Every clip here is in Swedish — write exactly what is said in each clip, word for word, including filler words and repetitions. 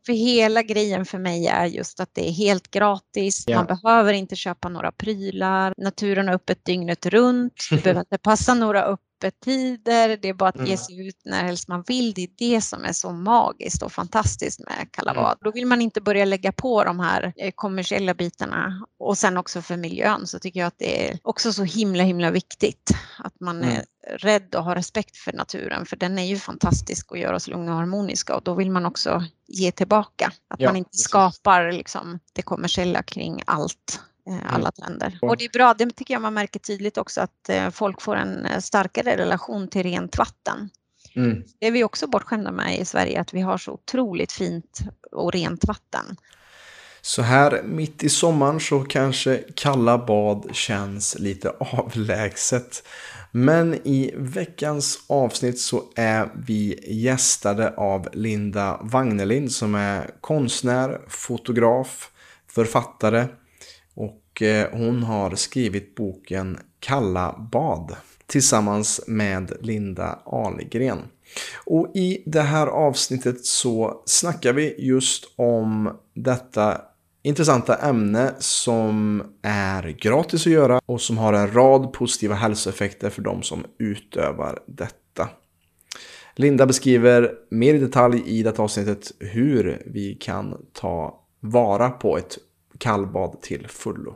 För hela grejen för mig är just att det är helt gratis. Ja. Man behöver inte köpa några prylar. Naturen är öppet dygnet runt. Det behöver inte passa några öppettider. Det är bara att Mm. ge sig ut när helst man vill. Det är det som är så magiskt och fantastiskt med Kalla bad. Mm. Då vill man inte börja lägga på de här eh, kommersiella bitarna. Och sen också för miljön så tycker jag att det är också så himla himla viktigt att man Mm. är rädd och har respekt för naturen. För den är ju fantastisk och gör oss lugna och harmoniska. Och då vill man också ge tillbaka. Att Ja, man inte precis. skapar liksom det kommersiella kring allt. eh, Alla trender. Mm. Och det är bra, det tycker jag man märker tydligt också att eh, folk får en eh, starkare relation till rent vatten. Mm. Det är vi också bortskämda med i Sverige, att vi har så otroligt fint och rent vatten. Så här mitt i sommaren så kanske kalla bad känns lite avlägset. Men i veckans avsnitt så är vi gästade av Linda Wagnelind som är konstnär, fotograf, författare. Och hon har skrivit boken Kalla bad tillsammans med Linda Ahlgren. Och i det här avsnittet så snackar vi just om detta intressanta ämne som är gratis att göra och som har en rad positiva hälsoeffekter för de som utövar detta. Linda beskriver mer i detalj i detta avsnittet hur vi kan ta vara på ett kallbad till fullo.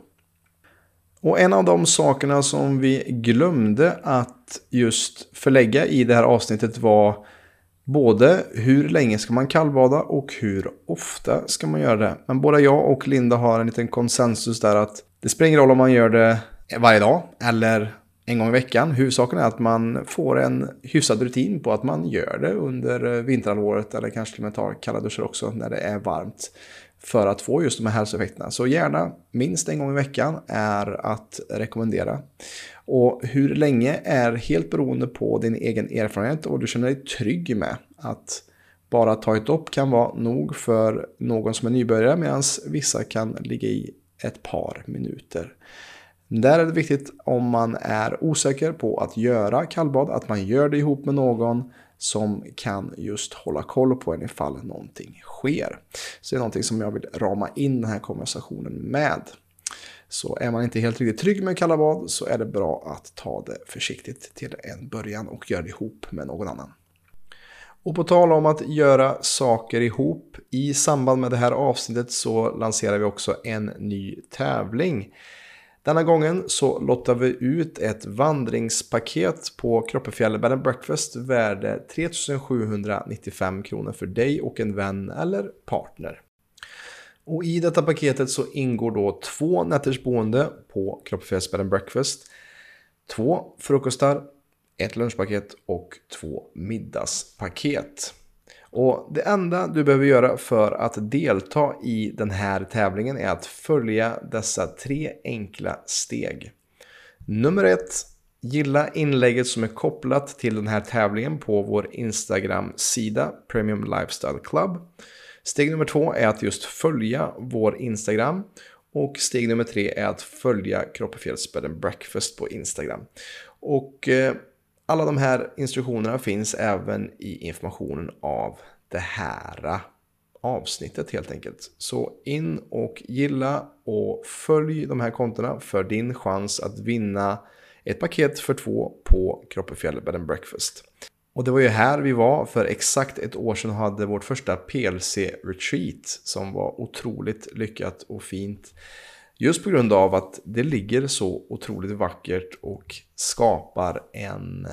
Och en av de sakerna som vi glömde att just förlägga i det här avsnittet var både hur länge ska man kallbada och hur ofta ska man göra det. Men både jag och Linda har en liten konsensus där att det spelar ingen roll om man gör det varje dag eller en gång i veckan. Huvudsaken är att man får en hyfsad rutin på att man gör det under vinterhalvåret eller kanske till och med tar kalla duschar också när det är varmt. För att få just de här hälsoeffekterna. Så gärna minst en gång i veckan är att rekommendera. Och hur länge är helt beroende på din egen erfarenhet och du känner dig trygg med att bara ta ett dopp kan vara nog för någon som är nybörjare medan vissa kan ligga i ett par minuter. Där är det viktigt om man är osäker på att göra kallbad att man gör det ihop med någon som kan just hålla koll på en ifall någonting sker. Så det är någonting som jag vill rama in den här konversationen med. Så är man inte helt riktigt trygg med kalla bad så är det bra att ta det försiktigt till en början och göra det ihop med någon annan. Och på tal om att göra saker ihop, i samband med det här avsnittet så lanserar vi också en ny tävling. Denna gången så lottar vi ut ett vandringspaket på Kroppefjäll Bed and Breakfast värde tre tusen sjuhundranittiofem kronor för dig och en vän eller partner. Och i detta paketet så ingår då två nätters boende på Kroppefjäll Bed and Breakfast, två frukostar, ett lunchpaket och två middagspaket. Och det enda du behöver göra för att delta i den här tävlingen är att följa dessa tre enkla steg. Nummer ett, gilla inlägget som är kopplat till den här tävlingen på vår Instagram-sida Premium Lifestyle Club. Steg nummer två är att just följa vår Instagram. Och steg nummer tre är att följa Kroppefjälls Bed and Breakfast på Instagram. Och eh, alla de här instruktionerna finns även i informationen av det här avsnittet helt enkelt. Så in och gilla och följ de här kontona för din chans att vinna ett paket för två på Kroppefjäll Bed and Breakfast. Och det var ju här vi var för exakt ett år sedan och hade vårt första P L C-retreat som var otroligt lyckat och fint. Just på grund av att det ligger så otroligt vackert och skapar en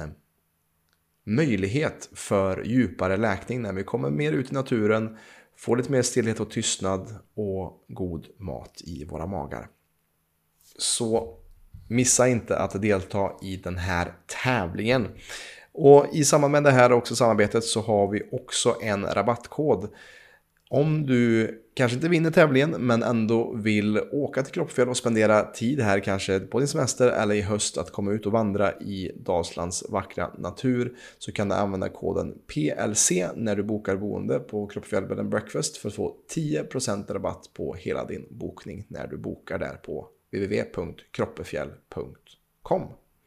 möjlighet för djupare läkning när vi kommer mer ut i naturen, får lite mer stillhet och tystnad och god mat i våra magar. Så missa inte att delta i den här tävlingen. Och i samband med det här också samarbetet så har vi också en rabattkod. Om du kanske inte vinner tävlingen men ändå vill åka till Kroppefjäll och spendera tid här kanske på din semester eller i höst att komma ut och vandra i Dalslands vackra natur så kan du använda koden P L C när du bokar boende på Kroppefjäll Bed and Breakfast för att få tio procent rabatt på hela din bokning när du bokar där på w w w punkt kroppefjäll punkt com.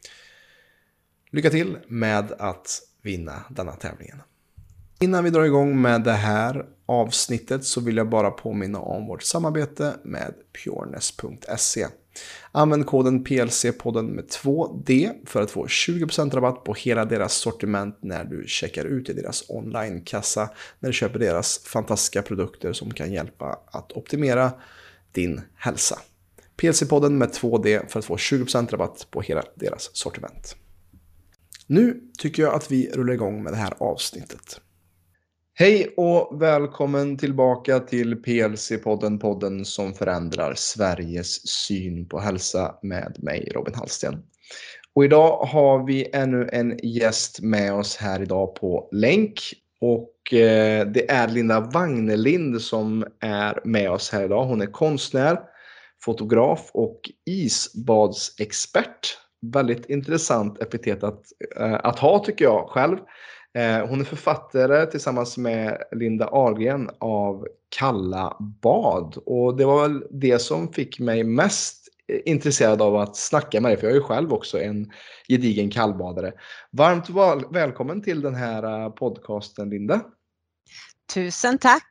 Lycka till med att vinna denna tävlingen. Innan vi drar igång med det här avsnittet så vill jag bara påminna om vårt samarbete med pureness punkt se. Använd koden P L C-podden med två D för att få tjugo procent rabatt på hela deras sortiment när du checkar ut i deras online-kassa när du köper deras fantastiska produkter som kan hjälpa att optimera din hälsa. P L C-podden med två D för att få tjugo procent rabatt på hela deras sortiment. Nu tycker jag att vi rullar igång med det här avsnittet. Hej och välkommen tillbaka till P L C-podden, podden som förändrar Sveriges syn på hälsa med mig, Robin Hallsten. Och idag har vi ännu en gäst med oss här idag på länk. Och eh, det är Linda Wagnelind som är med oss här idag. Hon är konstnär, fotograf och isbadsexpert. Väldigt intressant epitet att, äh, att ha tycker jag själv. Eh, hon är författare tillsammans med Linda Ahlgren av Kalla bad. Och det var väl det som fick mig mest intresserad av att snacka med dig. För jag är ju själv också en gedigen kallbadare. Varmt väl- välkommen till den här podcasten, Linda. Tusen tack!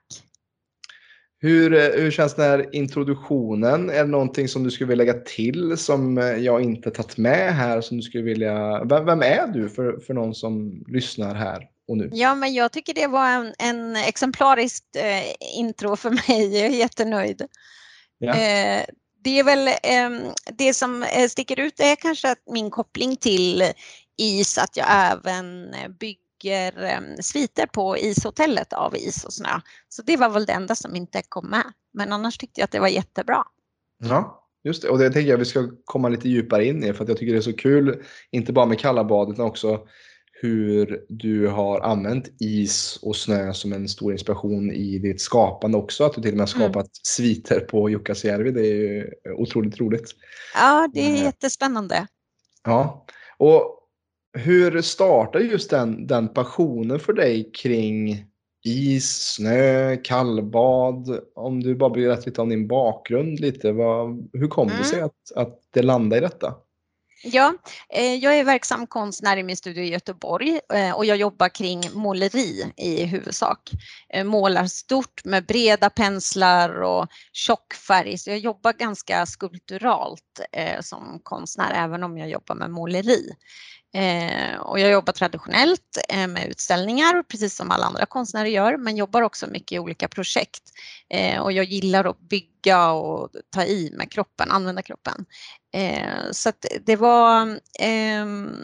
Hur, hur känns den här introduktionen? Är det någonting som du skulle vilja lägga till som jag inte tagit med här? Som du skulle vilja... Vem, vem är du för, för någon som lyssnar här och nu? Ja, men jag tycker det var en, en exemplarisk eh, intro för mig. Jag är jättenöjd. Ja. Eh, det är väl eh, det som sticker ut är kanske att min koppling till is, att jag även bygger sviter på ishotellet av is och snö. Så det var väl det enda som inte kom med. Men annars tyckte jag att det var jättebra. Ja, just det. Och det tänker jag vi ska komma lite djupare in i. För att jag tycker det är så kul, inte bara med kalla bad utan också hur du har använt is och snö som en stor inspiration i ditt skapande också. Att du till och med har skapat mm. sviter på Jukkasjärvi. Det är ju otroligt roligt. Ja, det är jättespännande. Ja, och hur startar just den, den passionen för dig kring is, snö, kallbad? Om du bara berättar lite om din bakgrund lite. Vad, hur kom mm. det sig att, att det landade i detta? Ja, eh, jag är verksam konstnär i min studio i Göteborg eh, och jag jobbar kring måleri i huvudsak. Eh, målar stort med breda penslar och tjock färg, så jag jobbar ganska skulpturalt eh, som konstnär även om jag jobbar med måleri. Eh, och jag jobbar traditionellt eh, med utställningar precis som alla andra konstnärer gör, men jobbar också mycket i olika projekt. Eh, och jag gillar att bygga och ta i med kroppen, använda kroppen. Eh, så att det var eh,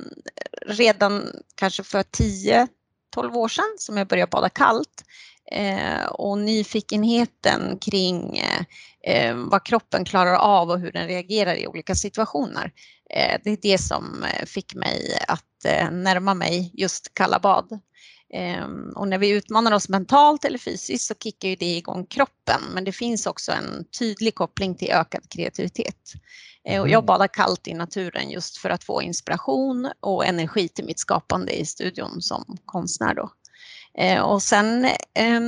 redan kanske för tio tolv år sedan som jag började bada kallt. Eh, och nyfikenheten kring eh, vad kroppen klarar av och hur den reagerar i olika situationer. Eh, det är det som fick mig att eh, närma mig just kalla bad. Eh, och när vi utmanar oss mentalt eller fysiskt så kickar ju det igång kroppen, men det finns också en tydlig koppling till ökad kreativitet. Eh, och jag badar kallt i naturen just för att få inspiration och energi till mitt skapande i studion som konstnär då. Eh, och sen eh,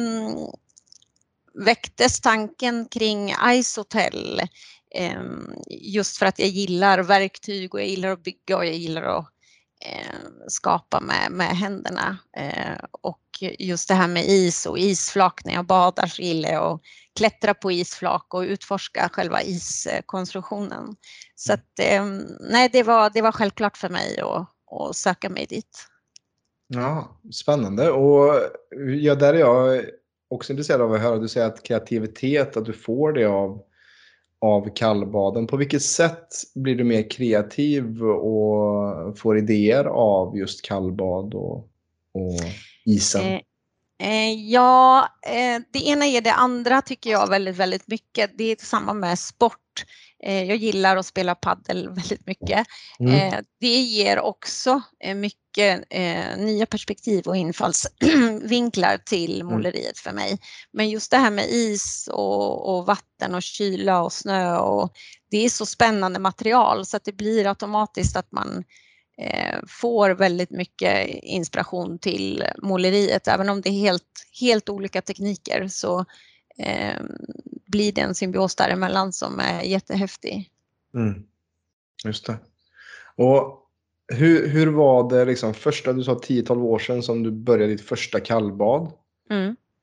väcktes tanken kring Ice Hotel eh, just för att jag gillar verktyg och jag gillar att bygga och jag gillar att eh, skapa med, med händerna. Eh, och just det här med is och isflak, när jag badar så gillar jag att klättra på isflak och utforska själva iskonstruktionen. Så att, eh, nej, det var, det var självklart för mig att, att söka mig dit. Ja, spännande. Och ja, där är jag också intresserad av att höra. Du säger att kreativitet, att du får det av, av kallbaden. På vilket sätt blir du mer kreativ och får idéer av just kallbad och, och isen? Eh, eh, ja, eh, det ena är det andra tycker jag väldigt, väldigt mycket. Det är samma med sport. Jag gillar att spela paddel väldigt mycket. Mm. Det ger också mycket nya perspektiv och infallsvinklar till måleriet för mig. Men just det här med is och, och vatten och kyla och snö, och det är så spännande material så att det blir automatiskt att man får väldigt mycket inspiration till måleriet. Även om det är helt, helt olika tekniker så Eh, blir det en symbios däremellan som är jättehäftig. Mm. Just det. Och hur, hur var det liksom första, du sa tio tolv år sedan som du började ditt första kallbad? Mm.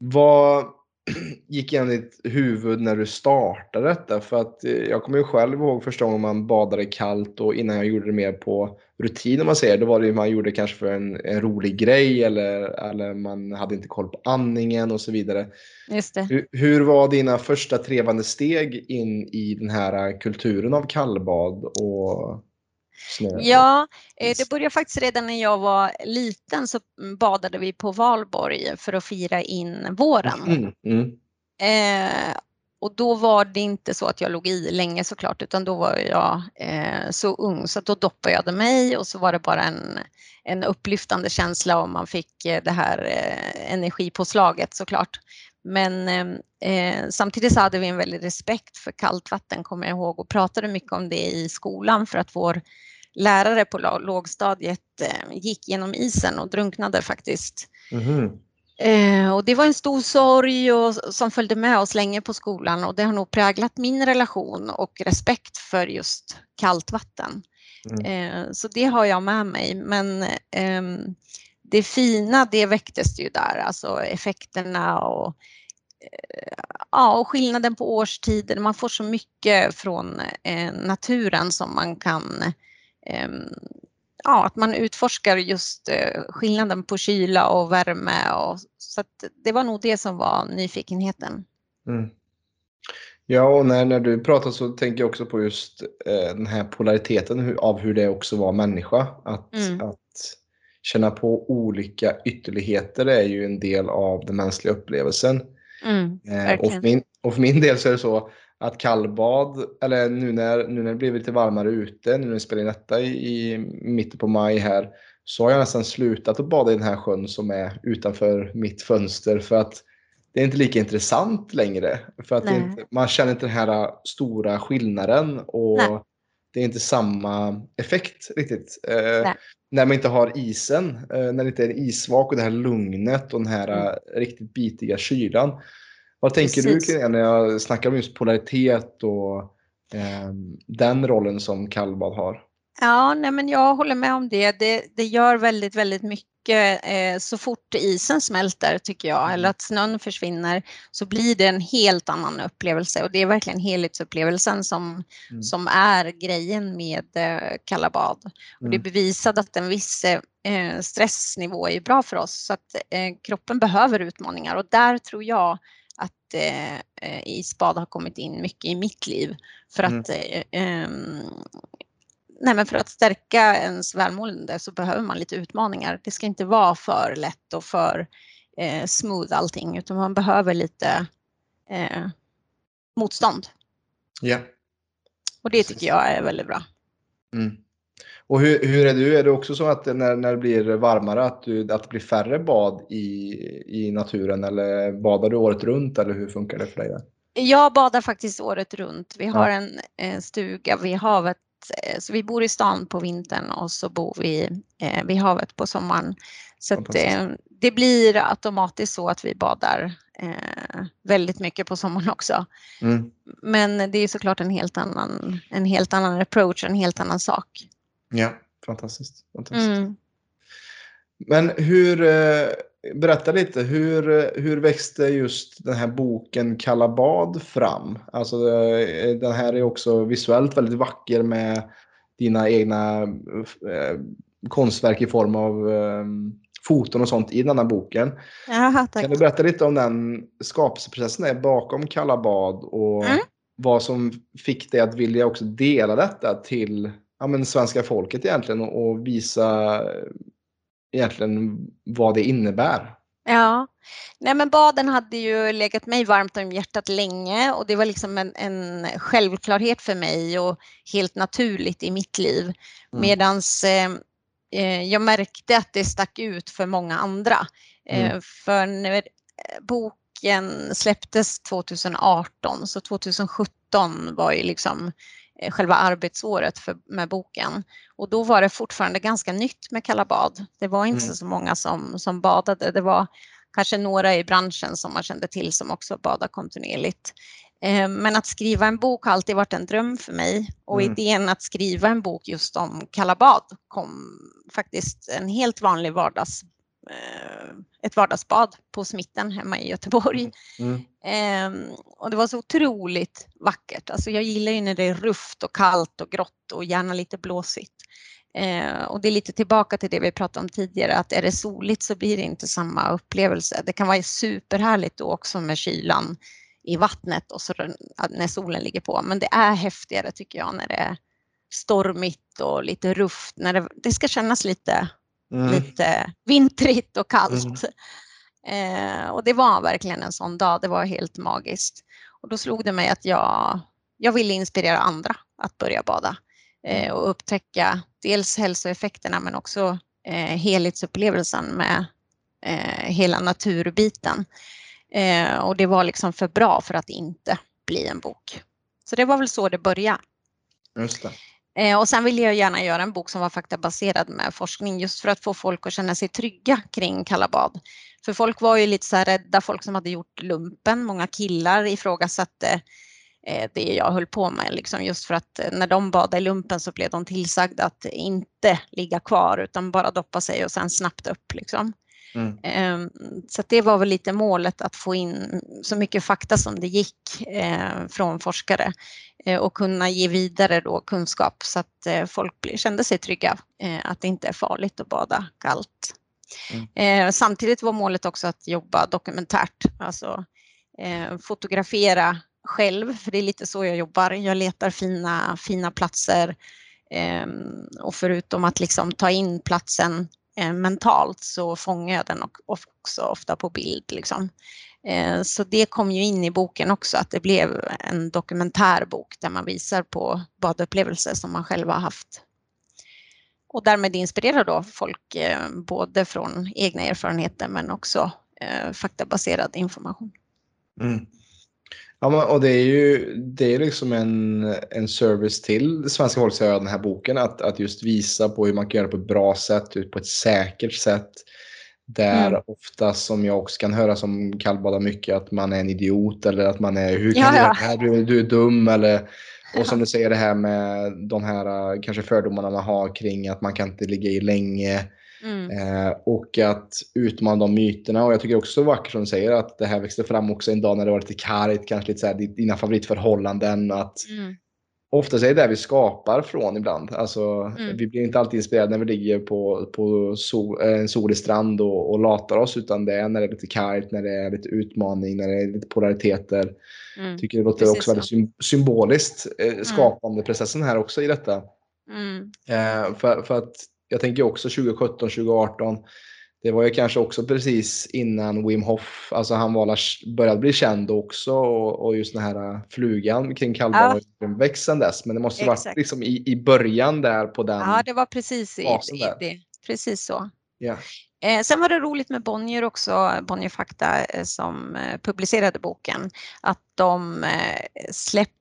Vad gick igenom ditt huvud när du startade detta? För att eh, jag kommer ju själv ihåg första gången man badade kallt och innan jag gjorde det mer på rutin om man säger. Då var det ju man gjorde kanske för en, en rolig grej eller, eller man hade inte koll på andningen och så vidare. Just det. Hur, hur var dina första trevande steg in i den här kulturen av kallbad och snö? Ja, eh, det började faktiskt redan när jag var liten, så badade vi på Valborg för att fira in våren. Mm, mm. Eh, och då var det inte så att jag låg i länge såklart, utan då var jag eh, så ung så att då doppade jag mig och så var det bara en, en upplyftande känsla om man fick eh, det här eh, energipåslaget såklart. Men eh, samtidigt så hade vi en väldig respekt för kallt vatten, kommer jag ihåg, och pratade mycket om det i skolan för att vår lärare på lågstadiet eh, gick genom isen och drunknade faktiskt. Mm. Eh, och det var en stor sorg och, som följde med oss länge på skolan, och det har nog präglat min relation och respekt för just kallt vatten. Mm. Eh, så det har jag med mig, men eh, det fina, det väcktes ju där, alltså effekterna och, eh, ja, och skillnaden på årstider. Man får så mycket från eh, naturen som man kan eh, ja, att man utforskar just eh, skillnaden på kyla och värme. Och, så att det var nog det som var nyfikenheten. Mm. Ja, och när, när du pratar så tänker jag också på just eh, den här polariteten hur, av hur det också var människa. Att, Mm. att känna på olika ytterligheter är ju en del av den mänskliga upplevelsen. Mm, eh, och, för min, och för min del så är det så att kallbad, eller nu när, nu när det blir lite varmare ute, nu när vi spelar in detta i, i mitten på maj här, så har jag nästan slutat att bada i den här sjön som är utanför mitt fönster, för att det är inte lika intressant längre. För att det inte, man känner inte den här stora skillnaden och Nej. Det är inte samma effekt riktigt. Eh, när man inte har isen, eh, när det inte är isvak och det här lugnet och den här mm. riktigt bitiga kylan. Vad tänker Precis. du kring det när jag snackar om just polaritet och eh, den rollen som kallbad har? Ja, nej, men jag håller med om det. Det, det gör väldigt, väldigt mycket. Eh, så fort isen smälter tycker jag, mm. eller att snön försvinner, så blir det en helt annan upplevelse. Och det är verkligen helhetsupplevelsen som, mm. som är grejen med eh, kalla bad. Mm. Och det är bevisat att en viss eh, stressnivå är bra för oss. Så att eh, kroppen behöver utmaningar. Och där tror jag att eh, isbad har kommit in mycket i mitt liv. För att mm. eh, Nej, men för att stärka ens välmående så behöver man lite utmaningar. Det ska inte vara för lätt och för eh, smooth allting, utan man behöver lite eh, motstånd. Ja. Och det Precis. tycker jag är väldigt bra. Mm. Och hur, hur är du? Är det också så att när, när det blir varmare att, du, att det blir färre bad i, i naturen, eller badar du året runt, eller hur funkar det för dig? Där? Jag badar faktiskt året runt. Vi har ja. en, en stuga vid havet. Så vi bor i stan på vintern och så bor vi eh, vid havet på sommaren. Så att, eh, det blir automatiskt så att vi badar eh, väldigt mycket på sommaren också. Mm. Men det är såklart en helt annan, en helt annan approach, en helt annan sak. Ja, fantastiskt. fantastiskt. Mm. Men hur, eh, berätta lite, hur, hur växte just den här boken Kalla bad fram? Alltså den här är också visuellt väldigt vacker med dina egna eh, konstverk i form av eh, foton och sånt i den här boken. Jaha, tack. Kan du berätta lite om den skapelseprocessen är bakom Kalla bad och mm. vad som fick dig att vilja också dela detta till ja, men svenska folket egentligen och, och visa egentligen vad det innebär? Ja, nej men baden hade ju legat mig varmt om hjärtat länge, och det var liksom en, en självklarhet för mig och helt naturligt i mitt liv. Mm. Medans eh, jag märkte att det stack ut för många andra. Mm. Eh, för när boken släpptes tjugoarton, så tjugosjutton var ju liksom själva arbetsåret för, med boken. Och då var det fortfarande ganska nytt med kalla bad. Det var inte mm. så många som, som badade. Det var kanske några i branschen som man kände till som också badade kontinuerligt. Eh, men att skriva en bok har alltid varit en dröm för mig. Och mm. idén att skriva en bok just om kalla bad kom faktiskt en helt vanlig vardags ett vardagsbad på Smitten hemma i Göteborg. Mm. Eh, och det var så otroligt vackert. Alltså jag gillar ju när det är rufft och kallt och grått och gärna lite blåsigt. Eh, och det är lite tillbaka till det vi pratade om tidigare, att är det soligt så blir det inte samma upplevelse. Det kan vara superhärligt då också med kylan i vattnet och så när solen ligger på. Men det är häftigare tycker jag när det är stormigt och lite rufft. När det, det ska kännas lite, mm. lite vintrigt och kallt. Mm. Eh, och det var verkligen en sån dag. Det var helt magiskt. Och då slog det mig att jag, jag ville inspirera andra att börja bada. Eh, och upptäcka dels hälsoeffekterna men också eh, helhetsupplevelsen med eh, hela naturbiten. Eh, och det var liksom för bra för att inte bli en bok. Så det var väl så det började. Just det. Eh, och sen ville jag gärna göra en bok som var faktabaserad med forskning just för att få folk att känna sig trygga kring kalla bad. För folk var ju lite så här rädda, folk som hade gjort lumpen, många killar ifrågasatte eh, det jag höll på med. Liksom just för att när de badade i lumpen så blev de tillsagda att inte ligga kvar utan bara doppa sig och sen snabbt upp liksom. Mm. Så det var väl lite målet att få in så mycket fakta som det gick eh, från forskare eh, och kunna ge vidare då kunskap så att eh, folk kände sig trygga eh, att det inte är farligt att bada kallt. Mm. Eh, samtidigt var målet också att jobba dokumentärt, alltså eh, fotografera själv, för det är lite så jag jobbar. Jag letar fina, fina platser eh, och förutom att liksom ta in platsen mentalt så fångar jag den också ofta på bild. Liksom. Så det kom ju in i boken också, att det blev en dokumentärbok där man visar på badupplevelser som man själv har haft. Och därmed inspirerar då folk både från egna erfarenheter men också faktabaserad information. Mm. Ja, men, och det är ju det är liksom en, en service till svenska folket, så den här boken, att, att just visa på hur man kan göra det på ett bra sätt, på ett säkert sätt. Där mm. ofta som jag också kan höra som kallbadar mycket att man är en idiot eller att man är, hur kan ja, du göra det här, du, du är dum eller, och som du säger det här med de här kanske fördomarna man har kring att man kan inte ligga i länge. Mm. Eh, och att utmana de myterna. Och jag tycker också vackert som du säger att det här växte fram också en dag när det var lite kargt, kanske lite så här, dina favoritförhållanden, att mm. ofta är det där vi skapar från ibland. Alltså, mm. vi blir inte alltid inspirerade när vi ligger på, på sol, en solig strand och, och latar oss, utan det är när det är lite kargt, när det är lite utmaning, när det är lite polariteter. Mm. Tycker det låter Precis också väldigt så. symboliskt eh, skapande mm. processen här också i detta. Mm. Eh, för, för att jag tänker också tjugo sjutton tjugo arton, det var ju kanske också precis innan Wim Hof, alltså han var, började bli känd också, och, och just den här flugan kring kallbad ja. växten dess, men det måste Exakt. varit liksom i, i början där på den. Ja, det var precis i, i det, precis så. Yeah. Eh, sen var det roligt med Bonnier också, Bonnier Fakta eh, som eh, publicerade boken, att de eh, släppte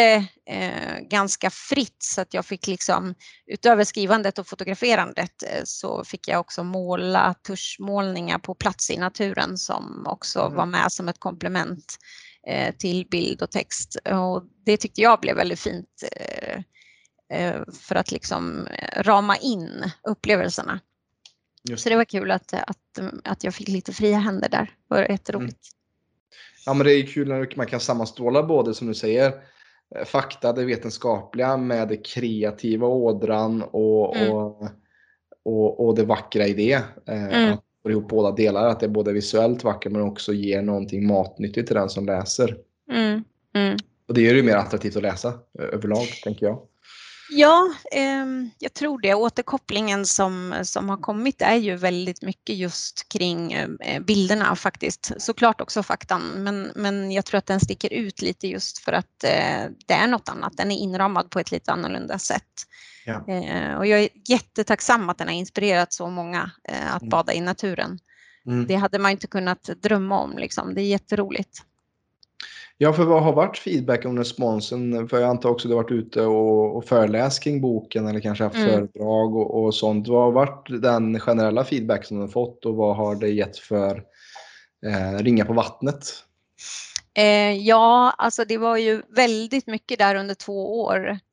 Eh, ganska fritt, så att jag fick liksom utöver skrivandet och fotograferandet eh, så fick jag också måla tuschmålningar på plats i naturen som också mm. var med som ett komplement eh, till bild och text, och det tyckte jag blev väldigt fint eh, eh, för att liksom rama in upplevelserna. Just. Så det var kul att, att, att jag fick lite fria händer där, det var jätteroligt. Mm. Ja, men det är kul när man kan sammanstråla både, som du säger, fakta, det vetenskapliga med det kreativa ådran och, mm. och, och, och det vackra i det. Mm. Att få ihop båda delar, att det är både visuellt vackert men också ger någonting matnyttigt till den som läser. Mm. Mm. Och det gör det ju mer attraktivt att läsa överlag, tänker jag. Ja, eh, jag tror det. Återkopplingen som, som har kommit är ju väldigt mycket just kring eh, bilderna faktiskt. Såklart också faktan, men, men jag tror att den sticker ut lite just för att eh, det är något annat. Den är inramad på ett lite annorlunda sätt. Ja. Eh, och jag är jättetacksam att den har inspirerat så många eh, att mm. bada i naturen. Mm. Det hade man inte kunnat drömma om liksom. Det är jätteroligt. Ja, för vad har varit feedback om responsen? För jag antar också att du har varit ute och, och föreläst kring boken eller kanske haft mm. föredrag och, och sånt. Vad har varit den generella feedback som du har fått och vad har det gett för eh, ringa på vattnet? Eh, ja, alltså det var ju väldigt mycket där under två år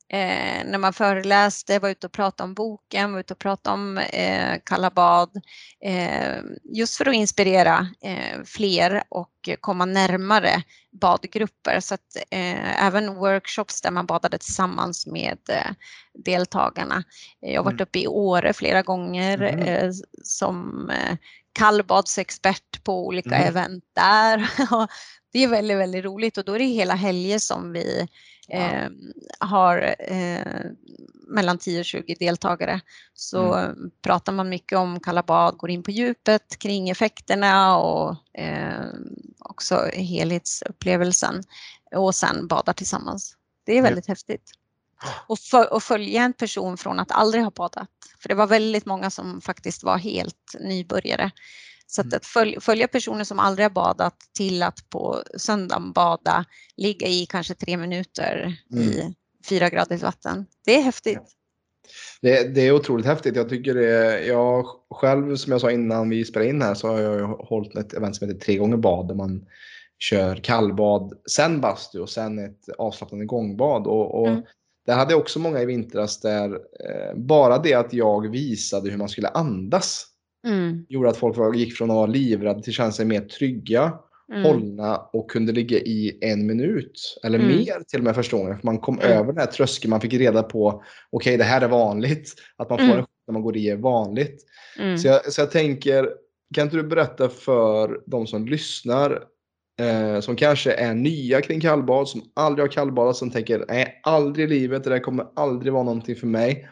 eh, när man föreläste, var ute och pratade om boken, var ute och pratade om eh, kalla bad. Eh, just för att inspirera eh, fler och komma närmare badgrupper. Så att eh, även workshops där man badade tillsammans med eh, deltagarna. Jag har varit uppe i Åre flera gånger Mm. eh, som eh, kallbadsexpert på olika Mm. event där. Det är väldigt, väldigt roligt och då är det hela helger som vi eh, wow. har eh, mellan tio och tjugo deltagare. Så mm. pratar man mycket om kalla bad, går in på djupet kring effekterna och eh, också helhetsupplevelsen och sen badar tillsammans. Det är väldigt ja. häftigt. Och, för, och följa en person från att aldrig ha badat. För det var väldigt många som faktiskt var helt nybörjare. Så att, att följa, följa personer som aldrig har badat till att på söndagen bada, ligga i kanske tre minuter mm. i fyra graders vatten. Det är häftigt. Det, det är otroligt häftigt. Jag tycker det, jag själv, som jag sa innan vi spelade in här, så har jag hållit ett event som heter tre gånger bad där man kör kallbad, sen bastu och sen ett avslappnande gångbad. Och, och mm. där hade jag också många i vintras där eh, bara det att jag visade hur man skulle andas mm. gjorde att folk var, gick från att vara livrädda till att känna sig mer trygga, mm. hållna och kunde ligga i en minut eller mm. mer till och med första gången. För man kom mm. över den här tröskeln, man fick reda på okej, okay, det här är vanligt. Att man får mm. en när man går i är vanligt. Mm. Så, jag, så jag tänker, kan inte du berätta för de som lyssnar eh, som kanske är nya kring kallbad, som aldrig har kallbadat, som tänker nej, aldrig i livet, det där kommer aldrig vara någonting för mig.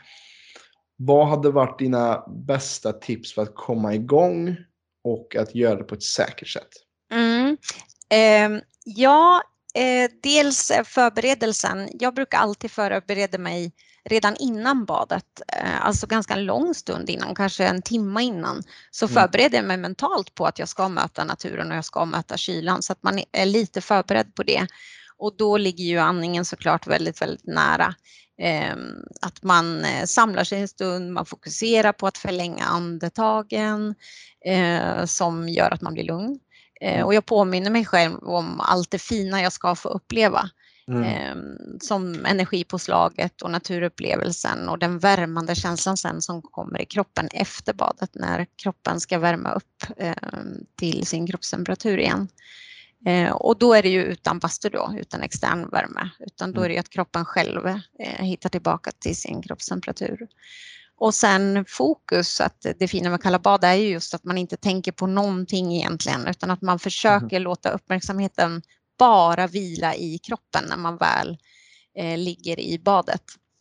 Vad hade varit dina bästa tips för att komma igång och att göra det på ett säkert sätt? Mm. Eh, ja, eh, dels förberedelsen. Jag brukar alltid förbereda mig redan innan badet, eh, alltså ganska lång stund innan, kanske en timme innan. Så mm. förbereder jag mig mentalt på att jag ska möta naturen och jag ska möta kylan, så att man är lite förberedd på det. Och då ligger ju andningen såklart väldigt, väldigt nära. Eh, att man eh, samlar sig en stund, man fokuserar på att förlänga andetagen eh, som gör att man blir lugn. Eh, och jag påminner mig själv om allt det fina jag ska få uppleva. Mm. Eh, som energipåslaget och naturupplevelsen och den värmande känslan sen som kommer i kroppen efter badet när kroppen ska värma upp eh, till sin kroppstemperatur igen. Eh, och då är det ju utan bastu då, utan extern värme, utan då är det ju att kroppen själv eh, hittar tillbaka till sin kroppstemperatur. Och sen fokus, att det fina med kalla bad är ju just att man inte tänker på någonting egentligen, utan att man försöker mm. låta uppmärksamheten bara vila i kroppen när man väl eh, ligger i badet.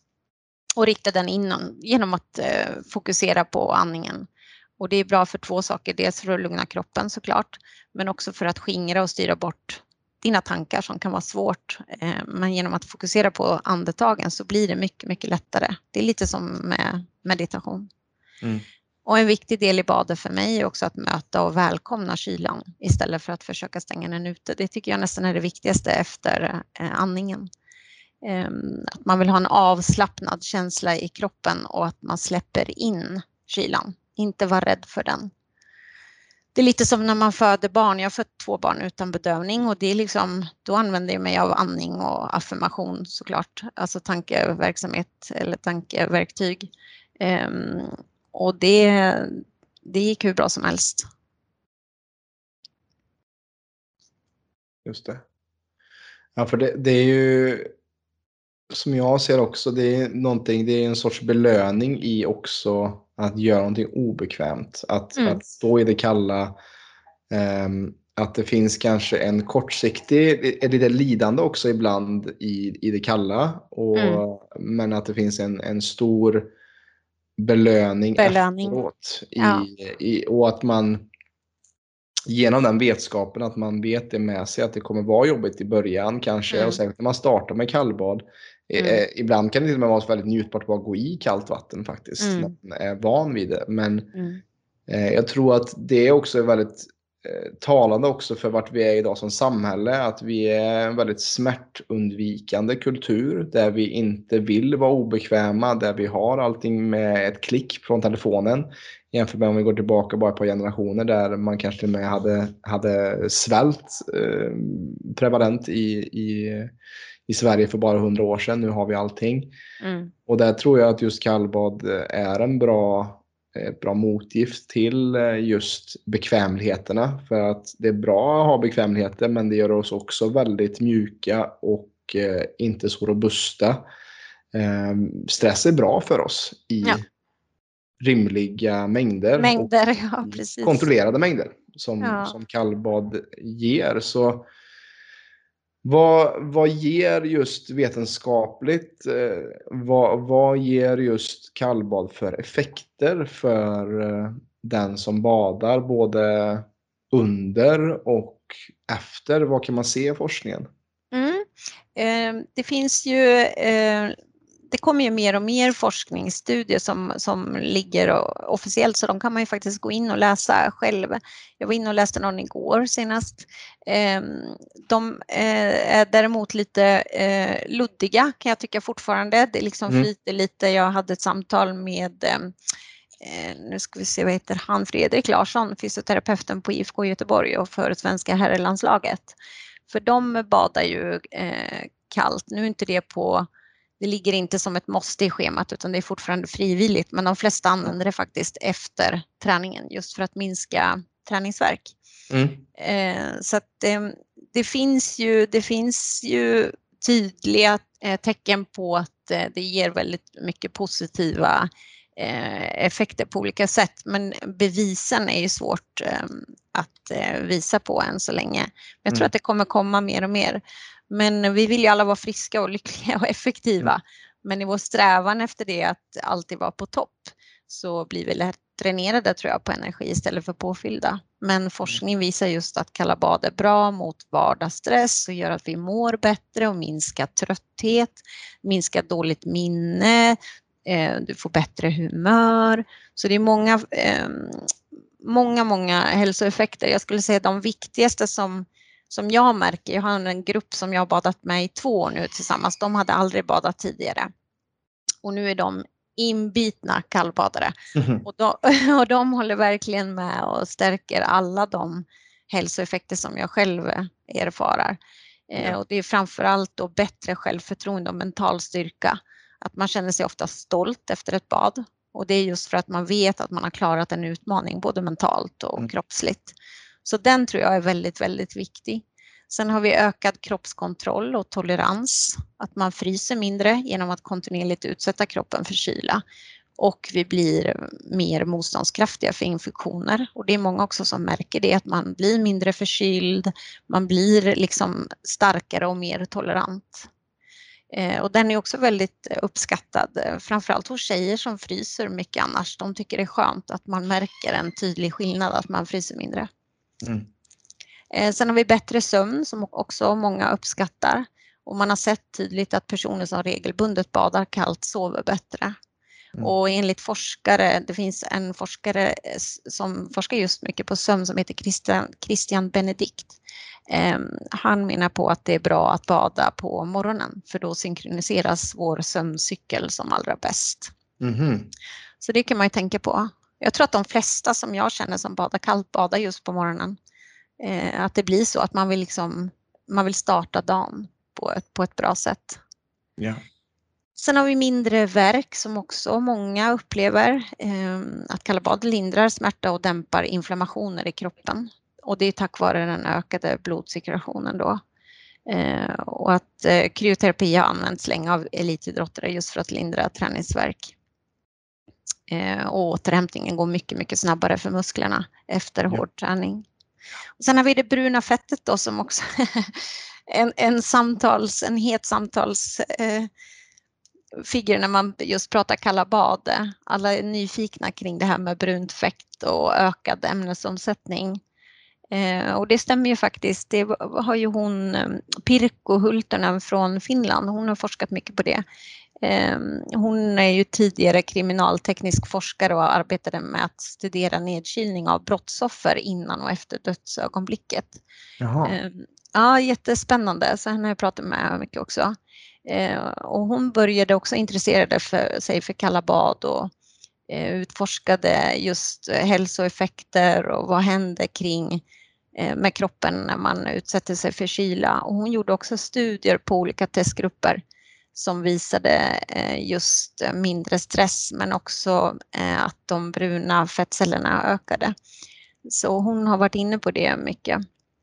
Och rikta den innan genom att eh, fokusera på andningen. Och det är bra för två saker, dels för att lugna kroppen såklart, men också för att skingra och styra bort dina tankar som kan vara svårt. Men genom att fokusera på andetagen så blir det mycket, mycket lättare. Det är lite som med meditation. Mm. Och en viktig del i badet för mig är också att möta och välkomna kylan istället för att försöka stänga den ute. Det tycker jag nästan är det viktigaste efter andningen. Att man vill ha en avslappnad känsla i kroppen och att man släpper in kylan. Inte vara rädd för den. Det är lite som när man föder barn. Jag har fött två barn utan bedövning och det är liksom, då använder jag mig av andning och affirmation såklart. Alltså tankeverksamhet eller tankeverktyg. Um, och det, det gick hur bra som helst. Just det. Ja, för det, det är ju som jag ser också, det är någonting, det är en sorts belöning i också att göra någonting obekvämt. Att, mm. att stå i det kalla, um, att det finns kanske en kortsiktig, ett litet lidande också ibland i, i det kalla. Och, mm. men att det finns en, en stor belöning, belöning. efteråt. I, ja. i, och att man genom den vetskapen att man vet det med sig att det kommer vara jobbigt i början kanske. Mm. Och sen när man startar med kallbad. Mm. Eh, ibland kan det till och med vara väldigt njutbart att bara gå i kallt vatten faktiskt. Mm. När man är van vid det. Men mm. eh, jag tror att det är också väldigt eh, talande också för vart vi är idag som samhälle. Att vi är en väldigt smärtundvikande kultur. Där vi inte vill vara obekväma. Där vi har allting med ett klick från telefonen. jämfört med om vi går tillbaka bara på generationer där man kanske till och med hade, hade svält eh, prevalent i, i, i Sverige för bara hundra år sedan. Nu har vi allting. Mm. Och där tror jag att just kallbad är en bra, ett bra motgift till just bekvämligheterna. För att det är bra att ha bekvämligheter, men det gör oss också väldigt mjuka och eh, inte så robusta. Eh, stress är bra för oss i Ja. rimliga mängder. Mängder, och ja precis. kontrollerade mängder som, Ja. som kallbad ger. Så vad, vad ger just vetenskapligt, eh, vad, vad ger just kallbad för effekter för eh, den som badar både under och efter? Vad kan man se i forskningen? Mm. Eh, det finns ju, eh, det kommer ju mer och mer forskningsstudier som, som ligger officiellt, så de kan man ju faktiskt gå in och läsa själv. Jag var inne och läste någon igår senast. Eh, de eh, är däremot lite eh, luddiga kan jag tycka fortfarande. Det liksom Mm. flyter lite. Jag hade ett samtal med eh, nu ska vi se, vad heter han, Fredrik Larsson, fysioterapeuten på I F K Göteborg och för svenska herrlandslaget. För de badar ju eh, kallt. Nu är inte det på, det ligger inte som ett måste i schemat utan det är fortfarande frivilligt. Men de flesta använder det faktiskt efter träningen just för att minska träningsvärk. Mm. Eh, så att eh, det finns ju, det finns ju tydliga eh, tecken på att eh, det ger väldigt mycket positiva eh, effekter på olika sätt. Men bevisen är ju svårt eh, att eh, visa på än så länge. Men jag tror Mm. att det kommer komma mer och mer. Men vi vill ju alla vara friska och lyckliga och effektiva. Mm. Men i vår strävan efter det att alltid vara på topp så blir vi lätt dränerade tror jag på energi istället för påfyllda. Men forskning visar just att kalla bad är bra mot vardagsstress och gör att vi mår bättre och minskar trötthet, minskar dåligt minne, eh, du får bättre humör. Så det är många, eh, många, många hälsoeffekter. Jag skulle säga de viktigaste som Som jag märker, jag har en grupp som jag har badat med i två år nu tillsammans. De hade aldrig badat tidigare. Och nu är de inbitna kallbadare. Mm. Och, de, och de håller verkligen med och stärker alla de hälsoeffekter som jag själv erfarar. Ja. Eh, och det är framförallt då bättre självförtroende och mental styrka. Att man känner sig ofta stolt efter ett bad. Och det är just för att man vet att man har klarat en utmaning både mentalt och Mm. kroppsligt. Så den tror jag är väldigt, väldigt viktig. Sen har vi ökad kroppskontroll och tolerans. Att man fryser mindre genom att kontinuerligt utsätta kroppen för kyla. Och vi blir mer motståndskraftiga för infektioner. Och det är många också som märker det, att man blir mindre förkyld. Man blir liksom starkare och mer tolerant. Eh, och den är också väldigt uppskattad, framförallt hos tjejer som fryser mycket annars. De tycker det är skönt att man märker en tydlig skillnad, att man fryser mindre. Mm. Eh, sen har vi bättre sömn som också många uppskattar. Och man har sett tydligt att personer som regelbundet badar kallt sover bättre. Mm. Och enligt forskare, det finns en forskare som forskar just mycket på sömn som heter Christian, Christian Benedikt. Eh, han menar på att det är bra att bada på morgonen för då synkroniseras vår sömncykel som allra bäst. Mm. Så det kan man ju tänka på. Jag tror att de flesta som jag känner som badar kallt badar just på morgonen. Eh, att det blir så att man vill, liksom, man vill starta dagen på ett, på ett bra sätt. Ja. Sen har vi mindre värk som också många upplever. Eh, att kalla bad lindrar smärta och dämpar inflammationer i kroppen. Och det är tack vare den ökade blodcirkulationen då. Eh, och att eh, kryoterapi har använts länge av elitidrottare just för att lindra träningsvärk. Eh, och återhämtningen går mycket, mycket snabbare för musklerna efter Ja. hård träning. Och sen har vi det bruna fettet då som också en, en samtals, en het samtals eh, figur när man just pratar kalla bad. Alla är nyfikna kring det här med brunt fett och ökad ämnesomsättning. Eh, och det stämmer ju faktiskt. Det har ju hon, Pirkko Hultonen från Finland, hon har forskat mycket på det. Eh, hon är ju tidigare kriminalteknisk forskare och arbetade med att studera nedkylning av brottsoffer innan och efter dödsögonblicket. Jaha. Eh, ja, jättespännande. Så henne har jag pratat med mycket också. Eh, och hon började också intressera för sig för kalla bad och utforskade just hälsoeffekter och vad händer kring med kroppen när man utsätter sig för kyla. Och hon gjorde också studier på olika testgrupper som visade just mindre stress, men också att de bruna fettcellerna ökade. Så hon har varit inne på det mycket.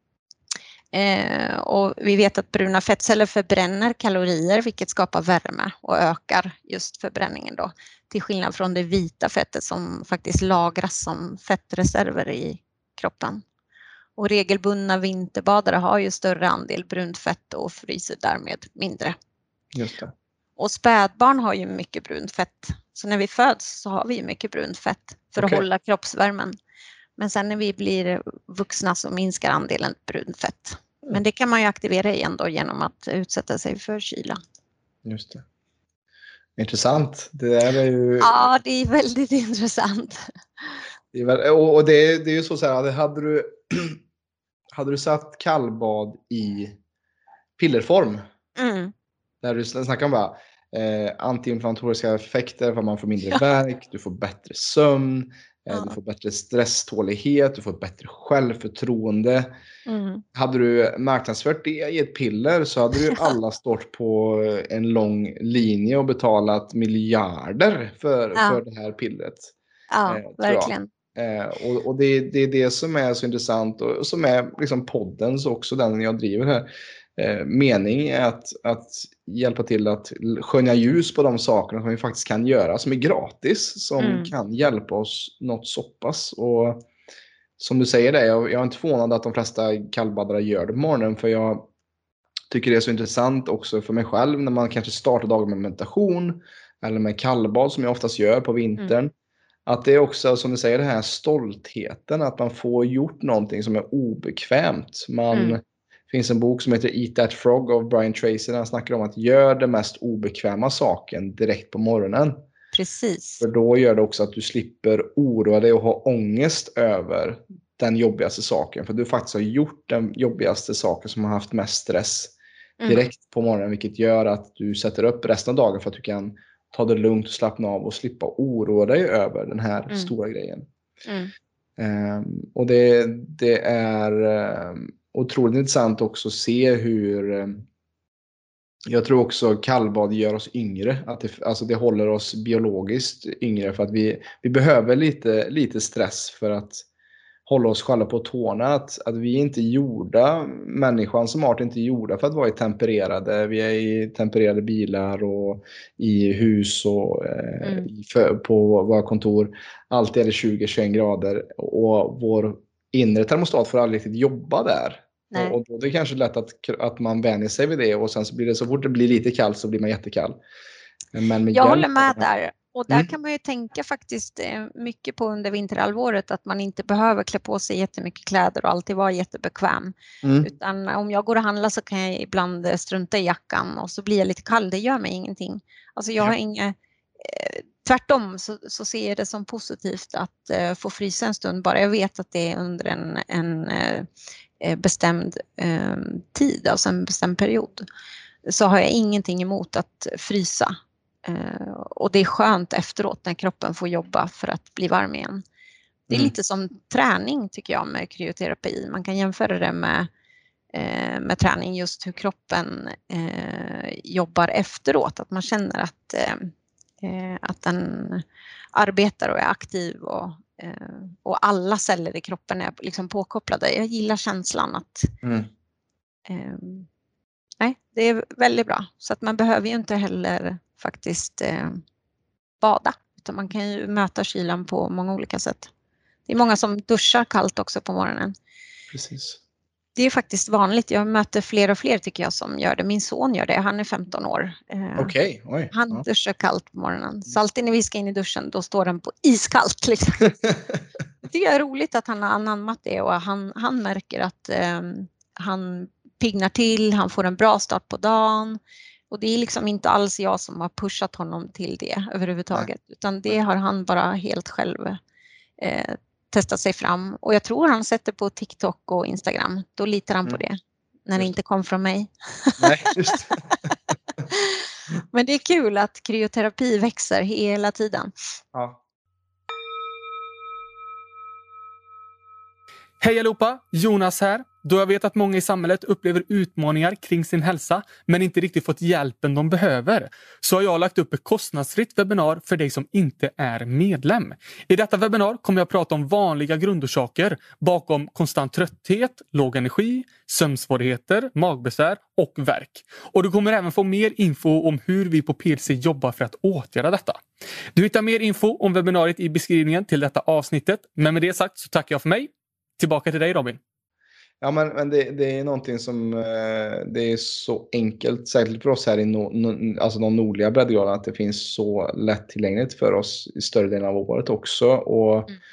Och vi vet att bruna fettceller förbränner kalorier, vilket skapar värme och ökar just förbränningen då. Till skillnad från det vita fettet som faktiskt lagras som fettreserver i kroppen. Och regelbundna vinterbadare har ju större andel brunt fett och fryser därmed mindre. Just det. Och spädbarn har ju mycket brunt fett. Så när vi föds så har vi mycket brunt fett för Okej. att hålla kroppsvärmen. Men sen när vi blir vuxna så minskar andelen brunt fett. Men det kan man ju aktivera igen då genom att utsätta sig för kyla. Just det. Intressant. Det där är ju... Ja, det är väldigt intressant. Det är väl, och och det, är, det är ju så, så här, hade du, hade du satt kallbad i pillerform, Mm. där du snackar om bara, eh, antiinflammatoriska effekter, för man får mindre värk, du får bättre sömn, eh, Ja. du får bättre stresstålighet, du får bättre självförtroende. Mm. Hade du marknadsfört det i ett piller så hade ju alla stått på en lång linje och betalat miljarder för, Ja. för det här pillret. Ja, eh, tror jag. verkligen. Eh, och och det, det är det som är så intressant, och som är liksom poddens också, den jag driver här. Eh, mening är att, att hjälpa till att skönja ljus på de sakerna som vi faktiskt kan göra, som är gratis, som Mm. kan hjälpa oss något så pass. Och som du säger det, jag, jag är inte förvånad att de flesta kallbaddare gör det på morgonen, för jag tycker det är så intressant också för mig själv när man kanske startar dagen med meditation eller med kallbad, som jag oftast gör på vintern. Mm. Att det är också, som du säger, den här stoltheten att man får gjort någonting som är obekvämt. Man, Mm. det finns en bok som heter Eat That Frog av Brian Tracy, där han snackar om att gör det mest obekväma saken direkt på morgonen. Precis. För då gör det också att du slipper oroa dig och ha ångest över den jobbigaste saken. För du faktiskt har gjort den jobbigaste saken som har haft mest stress direkt Mm. på morgonen. Vilket gör att du sätter upp resten av dagen för att du kan ta det lugnt och slappna av och slippa oroa dig över den här Mm. stora grejen. Mm. Um, och det, det är um, otroligt intressant också att se hur... Um, jag tror också kallbad gör oss yngre. Att det, alltså det håller oss biologiskt yngre, för att vi, vi behöver lite, lite stress för att hålla oss själva på tårna. Att, att vi är inte gjorda, människan som art är inte gjorda för att vara i tempererade. Vi är i tempererade bilar och i hus och eh, Mm. i, för, på våra kontor. Alltid är det tjugo till tjugoett grader och vår inre termostat får aldrig riktigt jobba där. Nej. Och då är det kanske lätt att, att man vänjer sig vid det, och sen så blir det, så fort det blir lite kallt så blir man jättekall. Men med Jag hjälp håller med av- där. Och där Mm. kan man ju tänka faktiskt eh, mycket på under vinterhalvåret, att man inte behöver klä på sig jättemycket kläder och alltid vara jättebekväm. Mm. Utan om jag går och handlar så kan jag ibland eh, strunta i jackan och så blir jag lite kall. Det gör mig ingenting. Alltså jag Ja. har inga... Eh, tvärtom så, så ser jag det som positivt att eh, få frysa en stund. Bara jag vet att det är under en, en eh, bestämd eh, tid, alltså en bestämd period. Så har jag ingenting emot att frysa. Uh, och det är skönt efteråt när kroppen får jobba för att bli varm igen. Det är Mm. lite som träning tycker jag med kryoterapi. Man kan jämföra det med, uh, med träning, just hur kroppen uh, jobbar efteråt. Att man känner att, uh, att den arbetar och är aktiv och, uh, och alla celler i kroppen är liksom påkopplade. Jag gillar känslan att Mm. uh, nej, det är väldigt bra. Så att man behöver ju inte heller faktiskt eh, bada. Utan man kan ju möta kylan på många olika sätt. Det är många som duschar kallt också på morgonen. Precis. Det är faktiskt vanligt. Jag möter fler och fler tycker jag som gör det. Min son gör det. Han är femton år. Eh, Okej, oj. han Ja. duschar kallt på morgonen. Så alltid när vi ska in i duschen då står den på iskallt. Liksom. Det tycker jag är roligt att han har anammat det. Och han, han märker att eh, han pignar till. Han får en bra start på dagen. Och det är liksom inte alls jag som har pushat honom till det överhuvudtaget. Nej. Utan det har han bara helt själv eh, testat sig fram. Och jag tror han sätter på TikTok och Instagram. Då litar han mm. på det. När det inte kom från mig. Nej, just det. Men det är kul att kryoterapi växer hela tiden. Ja. Hej allihopa, Jonas här. Då jag vet att många i samhället upplever utmaningar kring sin hälsa men inte riktigt fått hjälpen de behöver, så har jag lagt upp ett kostnadsfritt webbinar för dig som inte är medlem. I detta webbinar kommer jag prata om vanliga grundorsaker bakom konstant trötthet, låg energi, sömnsvårigheter, magbesvär och värk. Och du kommer även få mer info om hur vi på P L C jobbar för att åtgärda detta. Du hittar mer info om webbinariet i beskrivningen till detta avsnittet, men med det sagt så tackar jag för mig. Tillbaka till dig, Robin. Ja, men, men det, det är någonting som eh, det är så enkelt, särskilt för oss här i no, no, alltså de nordliga breddgraderna, att det finns så lättillgängligt för oss i större delen av året också. Och Mm.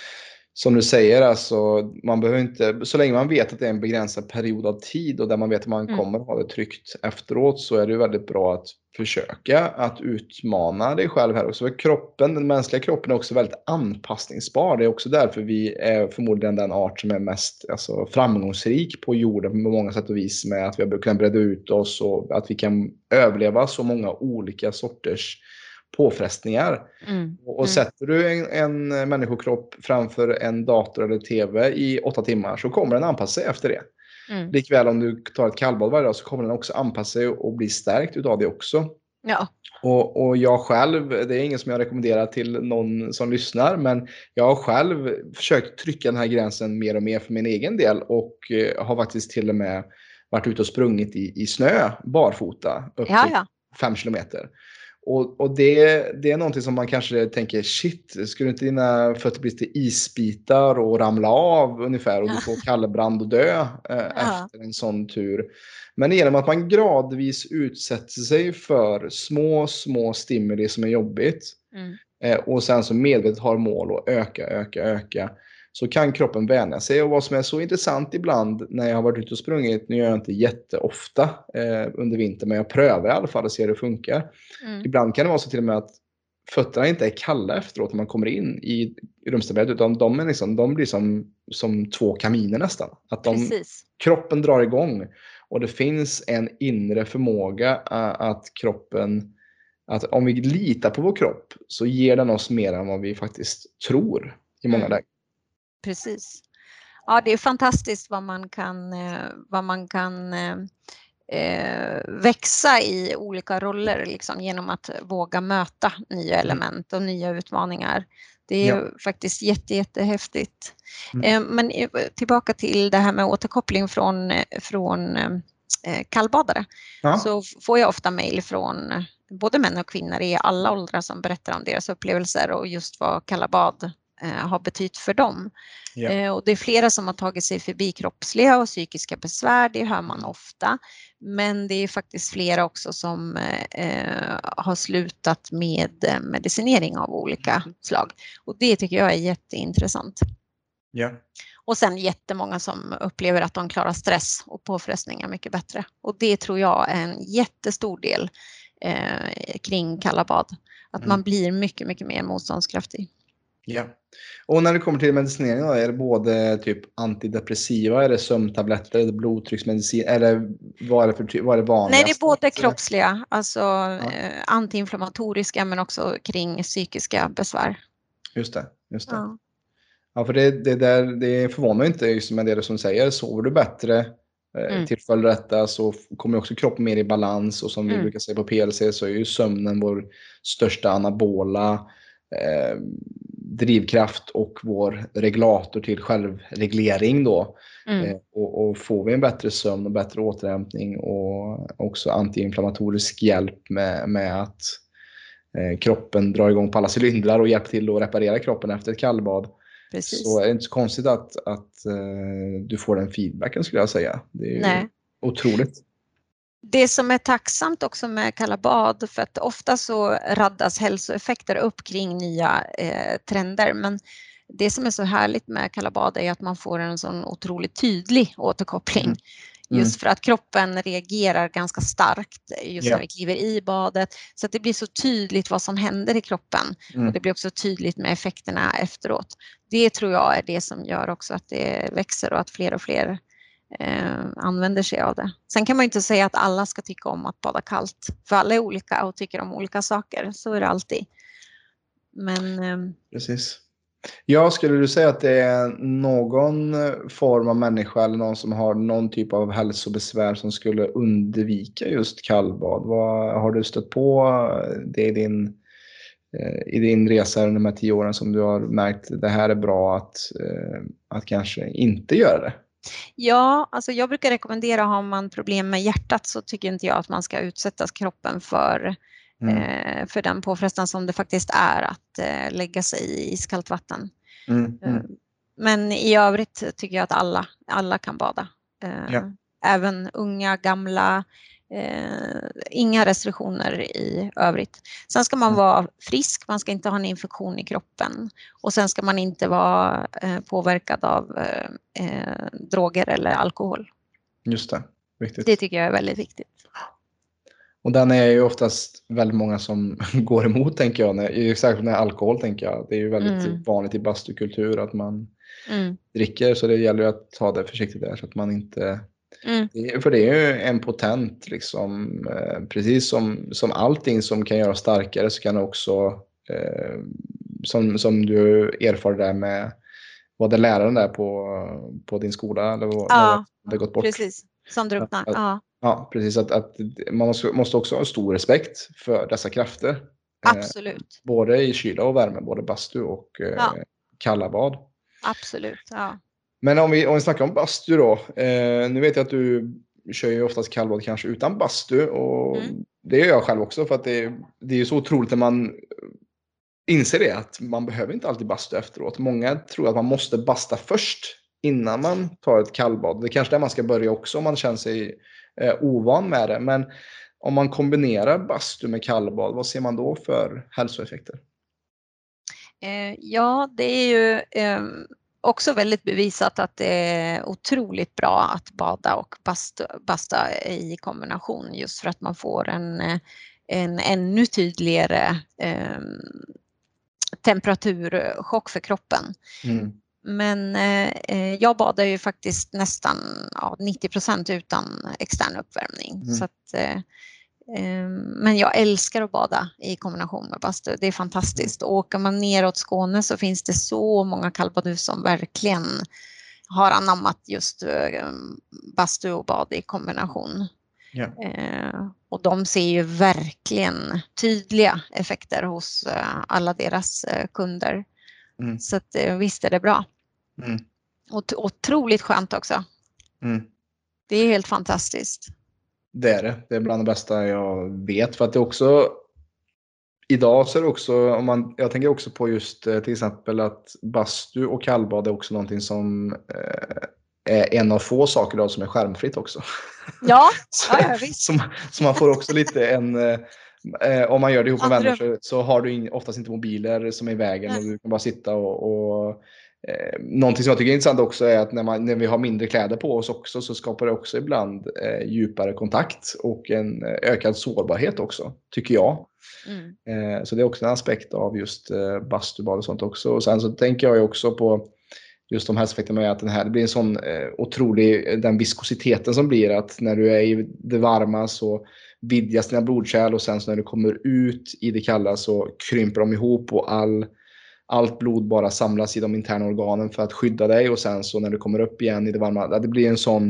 som du säger, alltså, man behöver inte, så länge man vet att det är en begränsad period av tid och där man vet att man Mm. kommer ha det tryggt efteråt, så är det väldigt bra att försöka att utmana dig själv här också. För kroppen, den mänskliga kroppen är också väldigt anpassningsbar. Det är också därför vi är förmodligen den art som är mest alltså, framgångsrik på jorden på många sätt och vis, med att vi har kunnat breda ut oss och att vi kan överleva så många olika sorters påfrestningar. Mm. Och, och sätter du en, en människokropp framför en dator eller tv i åtta timmar, så kommer den anpassa sig efter det. Mm. Likväl om du tar ett kallbad varje dag, så kommer den också anpassa sig och bli stärkt utav det också. Ja. Och, och jag själv, det är ingen som jag rekommenderar till någon som lyssnar, men jag har själv försökt trycka den här gränsen mer och mer för min egen del, och eh, har faktiskt till och med varit ute och sprungit i, i snö barfota upp Ja, till ja. fem kilometer. Och, och det, det är någonting som man kanske tänker, shit, skulle inte dina fötter bli till isbitar och ramla av ungefär, och du får kallbrand och dö eh, Ja. efter en sån tur. Men genom att man gradvis utsätter sig för små, små stimuli som är jobbigt, Mm. eh, och sen så medvetet har mål att öka, öka, öka, så kan kroppen vänja sig. Och vad som är så intressant ibland när jag har varit ute och sprungit, nu gör jag inte jätteofta eh, under vintern, men jag prövar i alla fall och ser hur det funkar. Mm. Ibland kan det vara så till och med att fötterna inte är kalla efteråt när man kommer in i rumstemperaturen, utan de, är liksom, de blir som, som två kaminer nästan. Att de, Precis. kroppen drar igång, och det finns en inre förmåga uh, att kroppen, att om vi litar på vår kropp, så ger den oss mer än vad vi faktiskt tror i många Mm. lägen. Precis. Ja, det är fantastiskt vad man kan, eh, vad man kan eh, eh, växa i olika roller liksom, genom att våga möta nya element och nya utmaningar. Det är Ja. faktiskt jätte, jättehäftigt. Mm. Eh, men eh, tillbaka till det här med återkoppling från, eh, från eh, kallbadare. Ja. Så får jag ofta mejl från eh, både män och kvinnor i alla åldrar som berättar om deras upplevelser och just vad kalla bad eh, har betytt för dem. Ja. Eh, och det är flera som har tagit sig förbi kroppsliga och psykiska besvär, det hör man ofta. Men det är faktiskt flera också som eh, har slutat med eh, medicinering av olika slag. Och det tycker jag är jätteintressant. Ja. Och sen jättemånga som upplever att de klarar stress och påfrestningar mycket bättre. Och det tror jag är en jättestor del eh, kring kalla bad. Att Mm. man blir mycket, mycket mer motståndskraftig. Ja. Och när det kommer till medicinering då, är det både typ antidepressiva, är det sömntabletter, är det blodtrycksmedicin, eller vad är det för vad är det vanligaste? Nej, det är både kroppsliga, alltså Ja. eh, antiinflammatoriska, men också kring psykiska besvär. Just det, just det. Ja. Ja, för det, det, där, det förvånar inte just med det som säger. Sover du bättre eh, Mm. till följd av detta, så kommer också kroppen mer i balans. Och som vi Mm. brukar säga på P L C, så är ju sömnen vår största anabola eh, drivkraft och vår regulator till självreglering då. Mm. Eh, och, och får vi en bättre sömn och bättre återhämtning och också antiinflammatorisk hjälp med, med att eh, kroppen drar igång på alla cylindrar och hjälper till att reparera kroppen efter ett kallbad. Precis. Så är det inte så konstigt att, att uh, du får den feedbacken, skulle jag säga. Det är ju Nej. otroligt. Det som är tacksamt också med kalla bad, för att ofta så raddas hälsoeffekter upp kring nya eh, trender, men det som är så härligt med kalla bad är att man får en sån otroligt tydlig återkoppling. Mm. Just för att kroppen reagerar ganska starkt just Ja. när vi kliver i badet. Så att det blir så tydligt vad som händer i kroppen. Mm. Och det blir också tydligt med effekterna efteråt. Det tror jag är det som gör också att det växer och att fler och fler eh, använder sig av det. Sen kan man ju inte säga att alla ska tycka om att bada kallt. För alla är olika och tycker om olika saker. Så är det alltid. Men... Eh, Precis. Ja, skulle du säga att det är någon form av människa eller någon som har någon typ av hälsobesvär som skulle undvika just kallbad? Vad har du stött på det i din, i din resa under de här tio åren som du har märkt det här är bra att, att kanske inte göra det? Ja, alltså jag brukar rekommendera, har man problem med hjärtat så tycker inte jag att man ska utsätta kroppen för, mm. eh, för den påfrestan som det faktiskt är att eh, lägga sig i iskallt vatten. Mm. Mm. Men i övrigt tycker jag att alla, alla kan bada. Eh, ja. Även unga, gamla, eh, inga restriktioner i övrigt. Sen ska man mm. vara frisk, man ska inte ha en infektion i kroppen. Och sen ska man inte vara eh, påverkad av eh, droger eller alkohol. Just det, viktigt. Det tycker jag är väldigt viktigt. Och den är ju oftast väldigt många som går emot, tänker jag. När, särskilt när alkohol, tänker jag. Det är ju väldigt mm. vanligt i bastukultur att man mm. dricker. Så det gäller ju att ta det försiktigt där så att man inte... Mm. För det är ju en potent, liksom, eh, precis som, som allting som kan göra starkare så kan det också, eh, som, som du erfar där med, var det läraren där på, på din skola? Eller vad, ja, det gått bort? Precis. Som drunknar. Att, ja. ja, precis. Att, att man måste, måste också ha stor respekt för dessa krafter. Absolut. Eh, både i kyla och värme, både bastu och eh, ja. kalla bad. Absolut, ja. Men om vi, om vi snackar om bastu då. Eh, nu vet jag att du kör ju oftast kallbad kanske utan bastu. Och mm. det gör jag själv också. För att det, det är ju så otroligt när man inser det. Att man behöver inte alltid bastu efteråt. Många tror att man måste basta först innan man tar ett kallbad. Det är kanske där man ska börja också om man känner sig eh, ovan med det. Men om man kombinerar bastu med kallbad, vad ser man då för hälsoeffekter? Eh, ja, det är ju... Eh... också väldigt bevisat att det är otroligt bra att bada och basta, basta i kombination just för att man får en, en ännu tydligare eh, temperaturchock för kroppen. Mm. Men eh, jag badar ju faktiskt nästan ja, nittio procent utan extern uppvärmning. Mm. Så att, eh, men jag älskar att bada i kombination med bastu. Det är fantastiskt. Och åker man neråt Skåne så finns det så många kallbadhus som verkligen har anammat just bastu och bad i kombination. Ja. Och de ser ju verkligen tydliga effekter hos alla deras kunder. Mm. Så att, visst är det bra. Mm. Och otroligt skönt också. Mm. Det är helt fantastiskt. Det är det. Det är bland det bästa jag vet. För att det också... Idag så är det också... Om man, jag tänker också på just till exempel att bastu och kallbad är också någonting som eh, är en av få saker idag som är skärmfritt också. Ja, så, ja, ja visst. Så, så man får också lite en... Eh, om man gör det ihop med vänner så, så har du in, oftast inte mobiler som är i vägen. Nej. Och du kan bara sitta och... och Eh, någonting som jag tycker är intressant också är att när, man, när vi har mindre kläder på oss också så skapar det också ibland eh, djupare kontakt och en eh, ökad sårbarhet också, tycker jag. Mm. Eh, så det är också en aspekt av just eh, bastubad och sånt också. Och sen så tänker jag ju också på just de här aspekterna med att den här, det blir en sån eh, otrolig, den viskositeten som blir att när du är i det varma så vidgas dina blodkärl och sen så när du kommer ut i det kalla så krymper de ihop och all Allt blod bara samlas i de interna organen för att skydda dig och sen så när du kommer upp igen i det varma, det blir en sån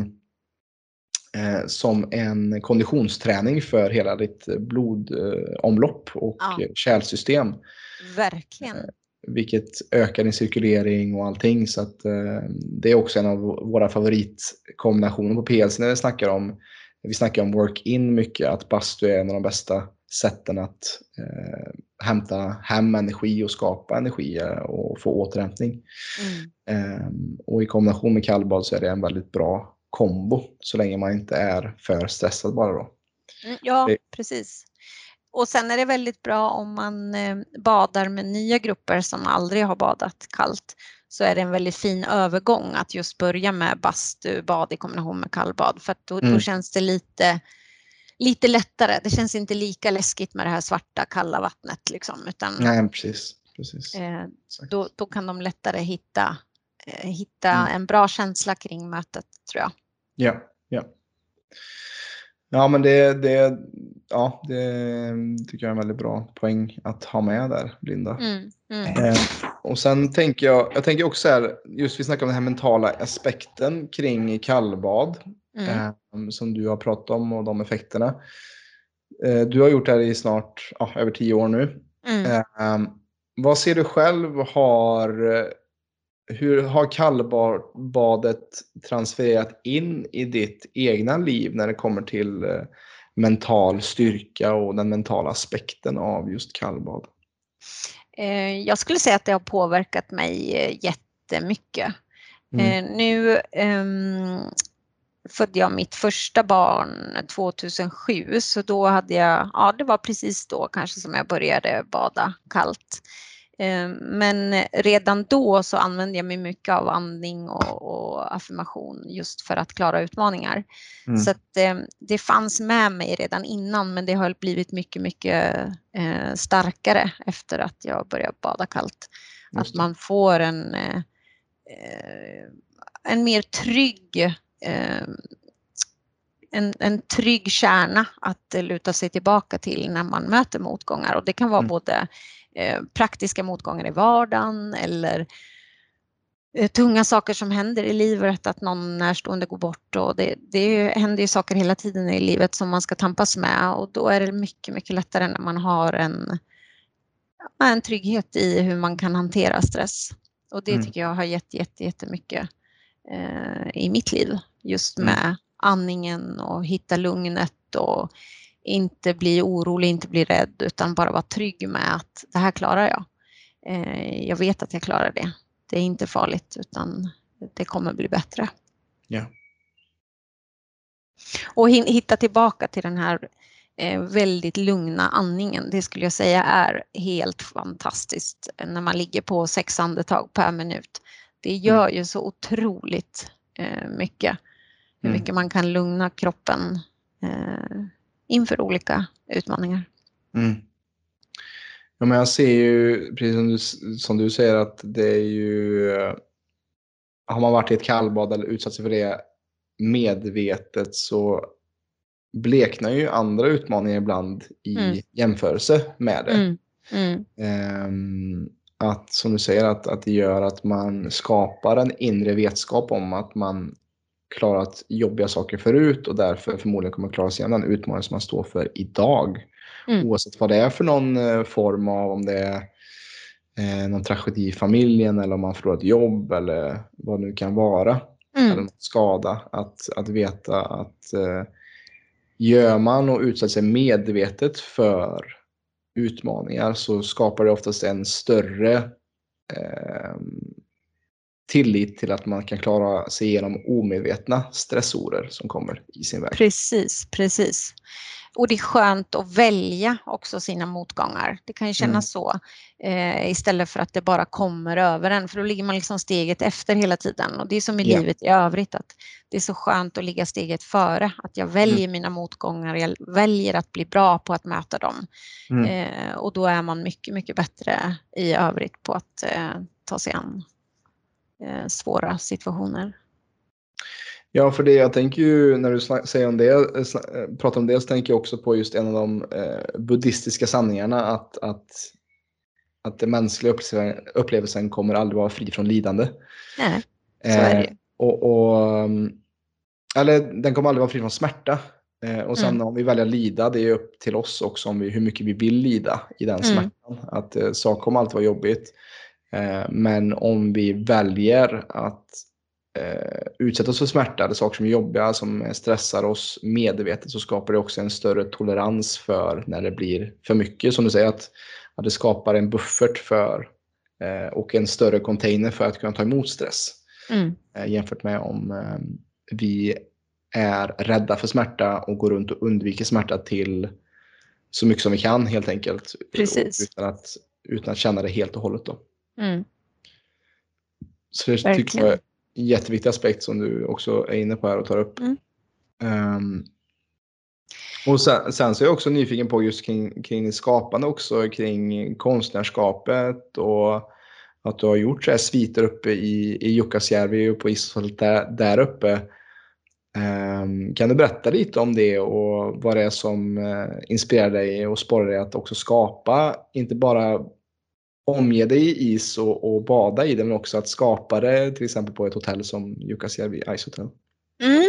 eh, som en konditionsträning för hela ditt blodomlopp eh, och ja. kärlsystem. Verkligen. Eh, vilket ökar din cirkulering och allting så att eh, det är också en av våra favoritkombinationer på P L C när vi snackar om vi snackar om work-in mycket, att bastu är en av de bästa sätten att eh, hämta hem energi och skapa energi och få återhämtning. Mm. Eh, och i kombination med kallbad så är det en väldigt bra kombo så länge man inte är för stressad bara då. Mm, ja, det... precis. Och sen är det väldigt bra om man eh, badar med nya grupper som aldrig har badat kallt. Så är det en väldigt fin övergång att just börja med bastu, bad i kombination med kallbad. För att då, mm. då känns det lite... lite lättare. Det känns inte lika läskigt med det här svarta kalla vattnet liksom, utan nej, precis, precis. Eh, då, då kan de lättare hitta eh, hitta mm. en bra känsla kring mötet, tror jag. Ja, ja. Ja, men det det ja, det tycker jag är en väldigt bra poäng att ha med där, Linda. Mm, mm. Eh, och sen tänker jag, jag tänker också här, just vi snackar om den här mentala aspekten kring kallbad. Mm. Eh, som du har pratat om och de effekterna. Eh, du har gjort det här i snart ja, över tio år nu. Mm. Eh, vad ser du själv har, hur har kallbadet transfererat in i ditt egna liv när det kommer till eh, mental styrka och den mentala aspekten av just kallbad? Eh, jag skulle säga att det har påverkat mig eh, jättemycket. Mm. Eh, nu ehm, födde jag mitt första barn tjugohundrasju, så då hade jag, ja det var precis då kanske som jag började bada kallt. Eh, Men redan då så använde jag mig mycket av andning och, och affirmation just för att klara utmaningar. Mm. Så att, eh, det fanns med mig redan innan, men det har blivit mycket, mycket eh, starkare efter att jag började bada kallt. Just Att det. man får en, eh, eh, en mer trygg eh, en, en trygg kärna att luta sig tillbaka till när man möter motgångar. Och det kan vara Mm. både eh, praktiska motgångar i vardagen eller eh, tunga saker som händer i livet, att någon närstående går bort. Och det, det händer ju saker hela tiden i livet som man ska tampas med, och då är det mycket, mycket lättare när man har en, en trygghet i hur man kan hantera stress. Och det Mm. tycker jag har gett jätte, jättemycket eh, i mitt liv, just Mm. med andningen och hitta lugnet och inte bli orolig, inte bli rädd, utan bara vara trygg med att det här klarar jag. Eh, jag vet att jag klarar det. Det är inte farligt, utan det kommer bli bättre. Ja. Och hin- hitta tillbaka till den här eh, väldigt lugna andningen. Det skulle jag säga är helt fantastiskt när man ligger på sex andetag per minut. Det gör ju så otroligt eh, mycket. Hur Mm. mycket man kan lugna kroppen eh, inför olika utmaningar. Mm. Ja, men jag ser ju, precis som du, som du säger, att det är ju, har man varit i ett kallbad eller utsatt sig för det medvetet, så bleknar ju andra utmaningar ibland i Mm. jämförelse med det. Mm. Mm. Ehm, att, som du säger, att, att det gör att man skapar en inre vetskap om att man klarat jobbiga saker förut och därför förmodligen kommer klara sig igenom den utmaning som man står för idag. Mm. Oavsett vad det är för någon eh, form av, om det är eh, någon tragedi i familjen eller om man förlorar ett jobb eller vad det nu kan vara. Mm. Eller någon skada. Att, att veta att eh, gör man och utsätter sig medvetet för utmaningar, så skapar det oftast en större eh, tillit till att man kan klara sig igenom omedvetna stressorer som kommer i sin väg. Precis, precis. Och det är skönt att välja också sina motgångar. Det kan ju kännas Mm. så eh, istället för att det bara kommer över en. För då ligger man liksom steget efter hela tiden. Och det är som i Ja. livet i övrigt, att det är så skönt att ligga steget före. Att jag väljer mm. mina motgångar, jag väljer att bli bra på att möta dem. Mm. Eh, och då är man mycket, mycket bättre i övrigt på att eh, ta sig an eh, svåra situationer. Ja, för det jag tänker ju när du säger om det, pratar om det, så tänker jag också på just en av de eh, buddhistiska sanningarna, att, att, att den mänskliga upplevelsen, upplevelsen kommer aldrig vara fri från lidande. Nej, så är det ju. Eh, och, och, eller den kommer aldrig vara fri från smärta. Eh, och sen mm. om vi väljer att lida, det är upp till oss också om vi, hur mycket vi vill lida i den smärtan. Mm. Att eh, saker kommer alltid vara jobbigt. Eh, men om vi väljer att eh, utsätta oss för smärta eller saker som är jobbiga, som stressar oss medvetet, så skapar det också en större tolerans för när det blir för mycket. Som du säger, att, att det skapar en buffert för eh, och en större container för att kunna ta emot stress. Mm. Eh, jämfört med om eh, vi är rädda för smärta och går runt och undviker smärta till så mycket som vi kan, helt enkelt. Precis. Utan att, utan att känna det helt och hållet då. Mm. Så det Verkligen. tycker jag är en jätteviktig aspekt som du också är inne på här och tar upp. Mm. Um, och sen, sen så är jag också nyfiken på just kring, kring skapande också, kring konstnärskapet, och att du har gjort så här sviter uppe i, i Jukkasjärvi och på Isholt där, där uppe. Um, kan du berätta lite om det och vad det är som uh, inspirerar dig och sporrar dig att också skapa, inte bara omge dig i is och, och bada i det, men också att skapa det till exempel på ett hotell som Jukkasjärvi Ice Hotel. Mm.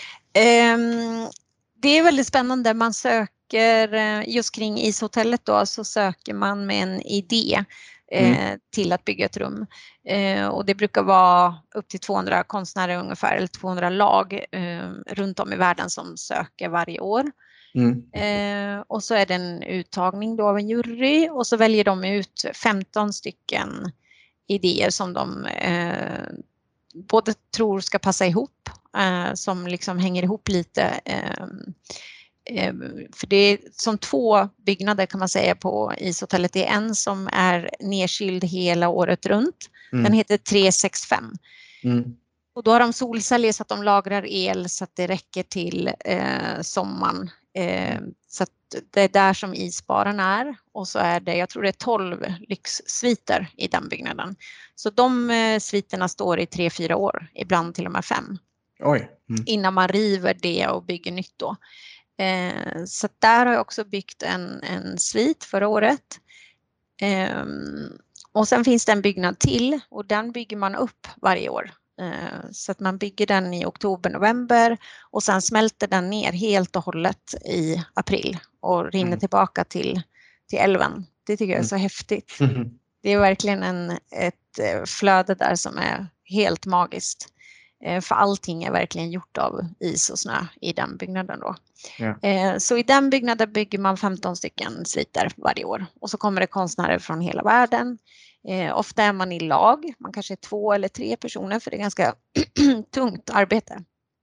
Um, det är väldigt spännande. Man söker just kring ishotellet då, så söker man med en idé eh, mm. till att bygga ett rum. Eh, och det brukar vara upp till tvåhundra konstnärer ungefär, eller tvåhundra lag eh, runt om i världen som söker varje år. Mm. Eh, och så är det en uttagning då av en jury, och så väljer de ut femton stycken idéer som de eh, både tror ska passa ihop, eh, som liksom hänger ihop lite. Eh, eh, för det är som två byggnader kan man säga på ishotellet. Det är en som är nedkyld hela året runt. Mm. Den heter tre sex fem. Mm. Och då har de solceller så att de lagrar el så att det räcker till eh, sommaren. Eh, så att det är där som isbaren är, och så är det, jag tror det är tolv lyxsviter i den byggnaden. Så de eh, sviterna står i tre, fyra år, ibland till och med fem. Oj. Mm. Innan man river det och bygger nytt då. Eh, så där har jag också byggt en, en svit förra året. Eh, och sen finns det en byggnad till, och den bygger man upp varje år. Så att man bygger den i oktober, november, och sen smälter den ner helt och hållet i april och rinner mm. tillbaka till, till älven. Det tycker jag är så mm. häftigt. Mm. Det är verkligen en, ett flöde där som är helt magiskt. För allting är verkligen gjort av is och snö i den byggnaden då. Ja. Så i den byggnaden bygger man femton stycken sviter varje år, och så kommer det konstnärer från hela världen. Eh, ofta är man i lag, man kanske är två eller tre personer, för det är ganska tungt arbete.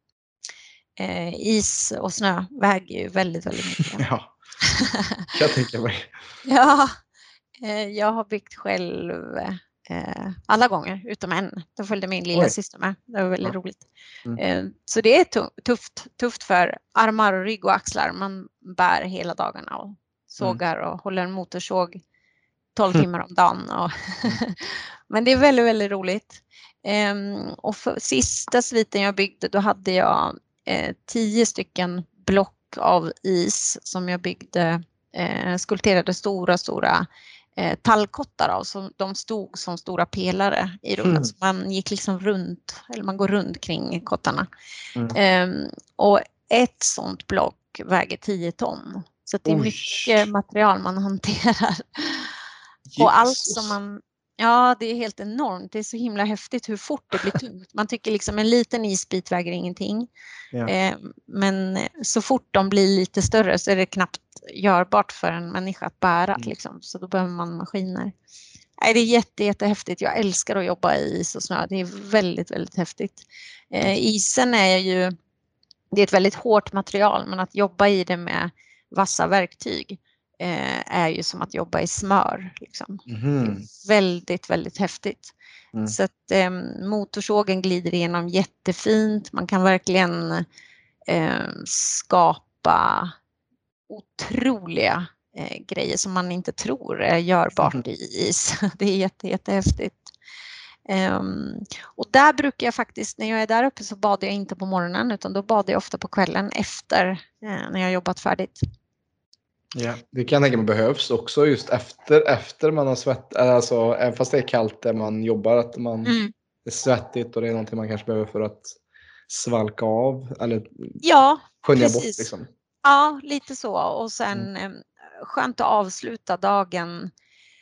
Eh, is och snö väger ju väldigt, väldigt mycket. Ja, jag tänker mig. Ja, eh, jag har byggt själv eh, alla gånger, utom en. Då följde min lilla Oj. syster med, det var väldigt ja. roligt. Mm. Eh, så det är tufft, tufft för armar och rygg och axlar. Man bär hela dagarna och sågar mm. och håller en motorsåg tolv timmar om dagen. Och men det är väldigt, väldigt roligt. Um, och för sista sviten jag byggde, då hade jag eh, tio stycken block av is som jag byggde, eh, skulpterade stora, stora eh, tallkottar av. Så de stod som stora pelare i rummet. Mm. Så man gick liksom runt, eller man går runt kring kottarna. Mm. Um, och ett sånt block väger tio ton. Så det är Oj. mycket material man hanterar. Jesus. Och allt som man, ja det är helt enormt, det är så himla häftigt hur fort det blir tungt. Man tycker liksom en liten isbit väger ingenting. Ja. Eh, men så fort de blir lite större så är det knappt görbart för en människa att bära. Mm. Liksom. Så då behöver man maskiner. Nej, det är jätte, jättehäftigt. Jag älskar att jobba i is och snö. Det är väldigt, väldigt häftigt. Eh, isen är ju, det är ett väldigt hårt material, men att jobba i det med vassa verktyg eh, är ju som att jobba i smör. Liksom. Mm. Det är väldigt, väldigt häftigt. Mm. Så att eh, motorsågen glider igenom jättefint. Man kan verkligen eh, skapa otroliga eh, grejer som man inte tror är görbart mm. i is. Det är jätte, jättehäftigt. Um, och där brukar jag faktiskt, när jag är där uppe så badar jag inte på morgonen, utan då badar jag ofta på kvällen efter eh, när jag har jobbat färdigt. Ja, det kan jag tänka mig behövs också just efter, efter man har svett, alltså även fast det är kallt där man jobbar, att man mm. är svettigt och det är någonting man kanske behöver för att svalka av eller ja, skönja bort liksom. Ja, lite så, och sen mm. skönt att avsluta dagen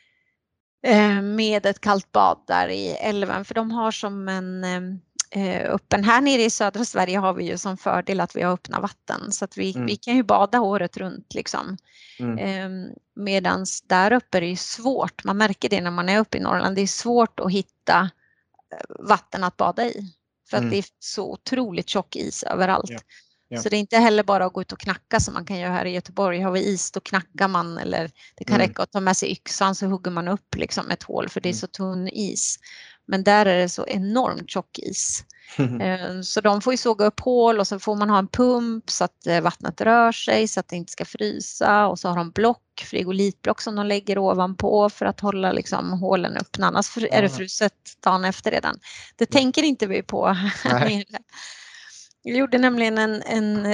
med ett kallt bad där i älven, för de har som en eh, öppen, här nere i södra Sverige har vi ju som fördel att vi har öppna vatten, så att vi, mm. vi kan ju bada året runt liksom. Mm. Eh, medans där uppe är det ju svårt, man märker det när man är uppe i Norrland, det är svårt att hitta vatten att bada i, för att mm. det är så otroligt tjock is överallt. Ja. Ja. Så det är inte heller bara att gå ut och knacka som man kan göra här i Göteborg. Har vi is då knackar man, eller det kan mm. räcka att ta med sig yxan så hugger man upp liksom ett hål, för det är så tunn is. Men där är det så enormt tjock is. Mm. Så de får ju såga upp hål och så får man ha en pump så att vattnet rör sig så att det inte ska frysa. Och så har de block, frigolitblock som de lägger ovanpå för att hålla liksom hålen öppna. Annars är det fruset dagen efter redan. Det tänker inte vi på här nere. Jag gjorde nämligen en, en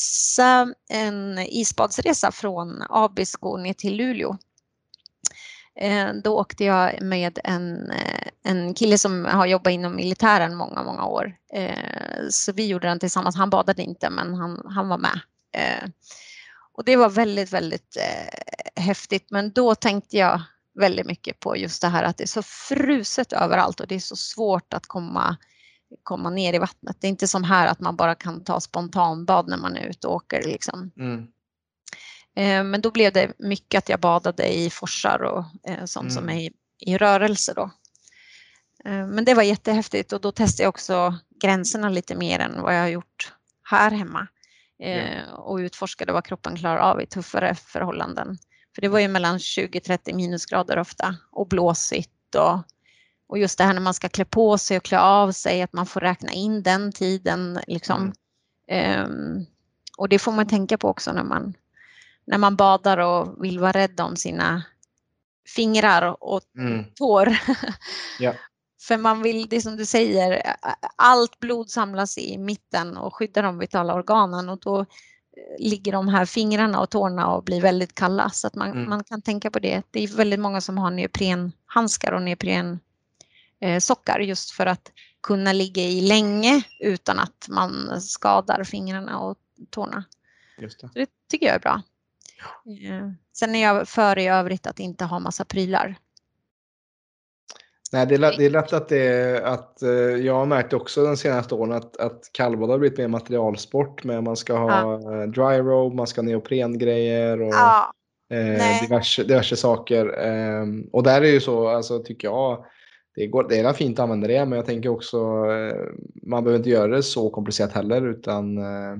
resa, en isbadsresa från Abisko ner till Luleå. Eh, då åkte jag med en, eh, en kille som har jobbat inom militären många, många år. Eh, så vi gjorde den tillsammans. Han badade inte, men han, han var med. Eh, och det var väldigt, väldigt eh, häftigt. Men då tänkte jag väldigt mycket på just det här att det är så fruset överallt och det är så svårt att komma, komma ner i vattnet. Det är inte som här att man bara kan ta spontanbad när man är ute och åker liksom. Mm. Eh, men då blev det mycket att jag badade i forsar och eh, sånt Mm. som är i, i rörelse då. Eh, men det var jättehäftigt och då testade jag också gränserna lite mer än vad jag har gjort här hemma. Eh, Ja. Och utforskade vad kroppen klarar av i tuffare förhållanden. För det var ju mellan tjugo till trettio minusgrader ofta och blåsigt och, och just det här när man ska klä på sig och klä av sig att man får räkna in den tiden liksom. Mm. Um, och det får man tänka på också när man, när man badar och vill vara rädd om sina fingrar och Mm. tår. Ja. För man vill, det som du säger, allt blod samlas i mitten och skyddar de vitala organen och då ligger de här fingrarna och tårna och blir väldigt kalla. Så att man, Mm. man kan tänka på det. Det är väldigt många som har neoprenhandskar och neoprensockar just för att kunna ligga i länge utan att man skadar fingrarna och tårna. Just det. Så det tycker jag är bra. Sen är jag för i övrigt att inte ha massa prylar. Nej, det är, lätt, det är lätt att det att eh, jag har märkt också de senaste åren att, att kallbad har blivit mer materialsport med man ska ha ja. dry robe, man ska ha neoprengrejer och Ja. eh, diverse, diverse saker. Eh, och där är ju så, alltså tycker jag, det, går, det är fint att använda det, men jag tänker också eh, man behöver inte göra det så komplicerat heller utan eh,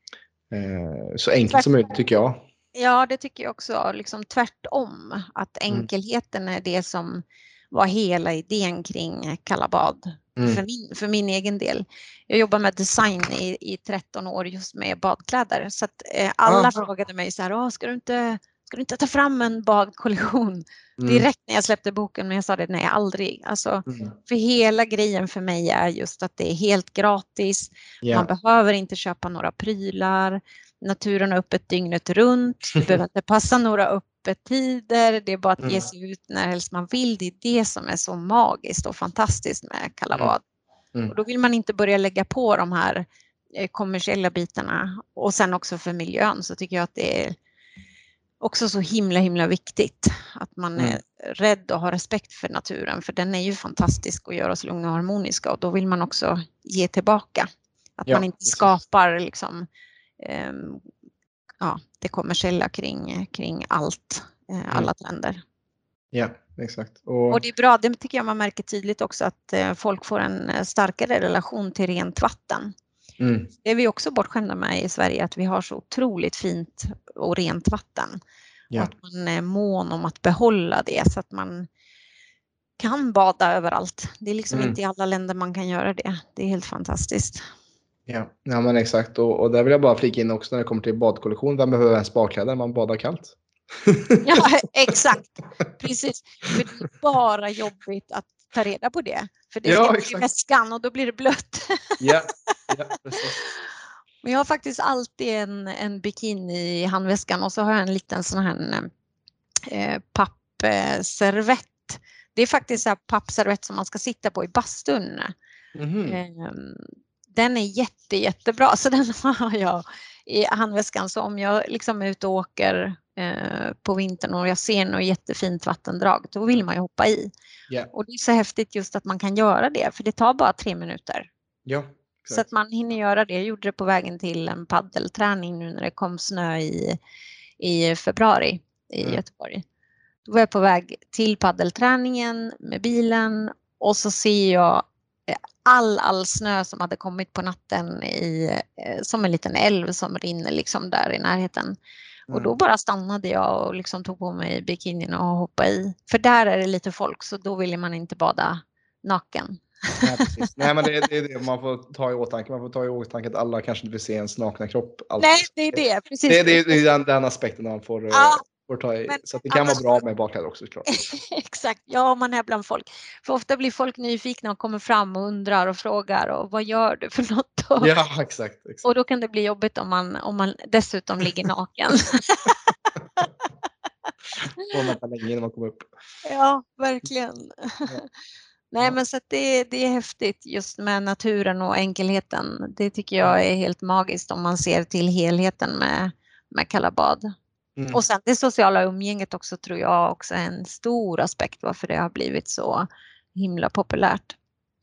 eh, så enkelt som möjligt tycker jag. Ja, det tycker jag också, liksom tvärtom, att enkelheten mm. är det som var hela idén kring kalla bad. Mm. För, min, för min egen del. Jag jobbar med design i, i tretton år just med badkläder. Så att eh, alla ah. frågade mig så här, Åh, ska du inte, ska du inte ta fram en badkollektion? Mm. Direkt när jag släppte boken, men jag sa det, nej aldrig. Alltså, mm. För hela grejen för mig är just att det är helt gratis. Yeah. Man behöver inte köpa några prylar. Naturen är öppet dygnet runt. Det behöver inte passa några öppettider. Det är bara att mm. ge sig ut när helst man vill. Det är det som är så magiskt och fantastiskt med kalla bad. Mm. Och då vill man inte börja lägga på de här kommersiella bitarna. Och sen också för miljön så tycker jag att det är också så himla himla viktigt. Att man är mm. rädd och har respekt för naturen. För den är ju fantastisk och gör oss lugna och harmoniska. Och då vill man också ge tillbaka. Att ja, man inte precis. skapar liksom Um, ja, det kommersiella kring, kring allt, uh, alla trender. Ja, exakt. Och... och det är bra, det tycker jag man märker tydligt också att uh, folk får en starkare relation till rent vatten. Mm. Det är vi också bortskämda med i Sverige, att vi har så otroligt fint och rent vatten. Ja. Och att man är mån om att behålla det så att man kan bada överallt. Det är liksom mm. inte i alla länder man kan göra det. Det är helt fantastiskt. Ja, ja men exakt. Och, och där vill jag bara flika in också när det kommer till badkollektion. Vem behöver ens badkläder när man badar kallt? Ja, exakt. Precis. För det är bara jobbigt att ta reda på det. För det ja, ska i väskan och då blir det blött. Ja, ja precis. Men jag har faktiskt alltid en, en bikini i handväskan och så har jag en liten sån här eh, pappservett. Det är faktiskt så här pappservett som man ska sitta på i bastun. Mm-hmm. Eh, Den är jätte, jättebra, så den har jag i handväskan. Så om jag liksom är ute och åker eh, på vintern och jag ser något jättefint vattendrag, då vill man ju hoppa i. Yeah. Och det är så häftigt just att man kan göra det, för det tar bara tre minuter. Ja, så att man hinner göra det. Jag gjorde det på vägen till en paddelträning nu när det kom snö i, i februari i mm. Göteborg. Då var jag på väg till paddelträningen med bilen och så ser jag all, all snö som hade kommit på natten i, som en liten älv som rinner liksom där i närheten. Mm. Och då bara stannade jag och liksom tog på mig bikinin och hoppade i. För där är det lite folk, så då vill man inte bada naken. Nej, precis. Nej, men det är, det är det man får ta i åtanke. Man får ta i åtanke att alla kanske inte vill se ens nakna kropp. Alltid. Nej, det är det. Precis. Det, det, det är den, den aspekten man får... Ja. Ta i. Men, så att det kan annars... vara bra med badkläder också såklart. Exakt, ja man är bland folk. För ofta blir folk nyfikna och kommer fram och undrar och frågar och vad gör du för något då? Ja, exakt, exakt. Och då kan det bli jobbigt om man, om man dessutom ligger naken. får man vänta länge innan man kommer upp. Ja, verkligen. Ja. Nej, Ja. men så att det, det är häftigt just med naturen och enkelheten. Det tycker jag är helt magiskt om man ser till helheten med, med kalla bad. Mm. Och sen det sociala umgänget också tror jag också är en stor aspekt varför det har blivit så himla populärt.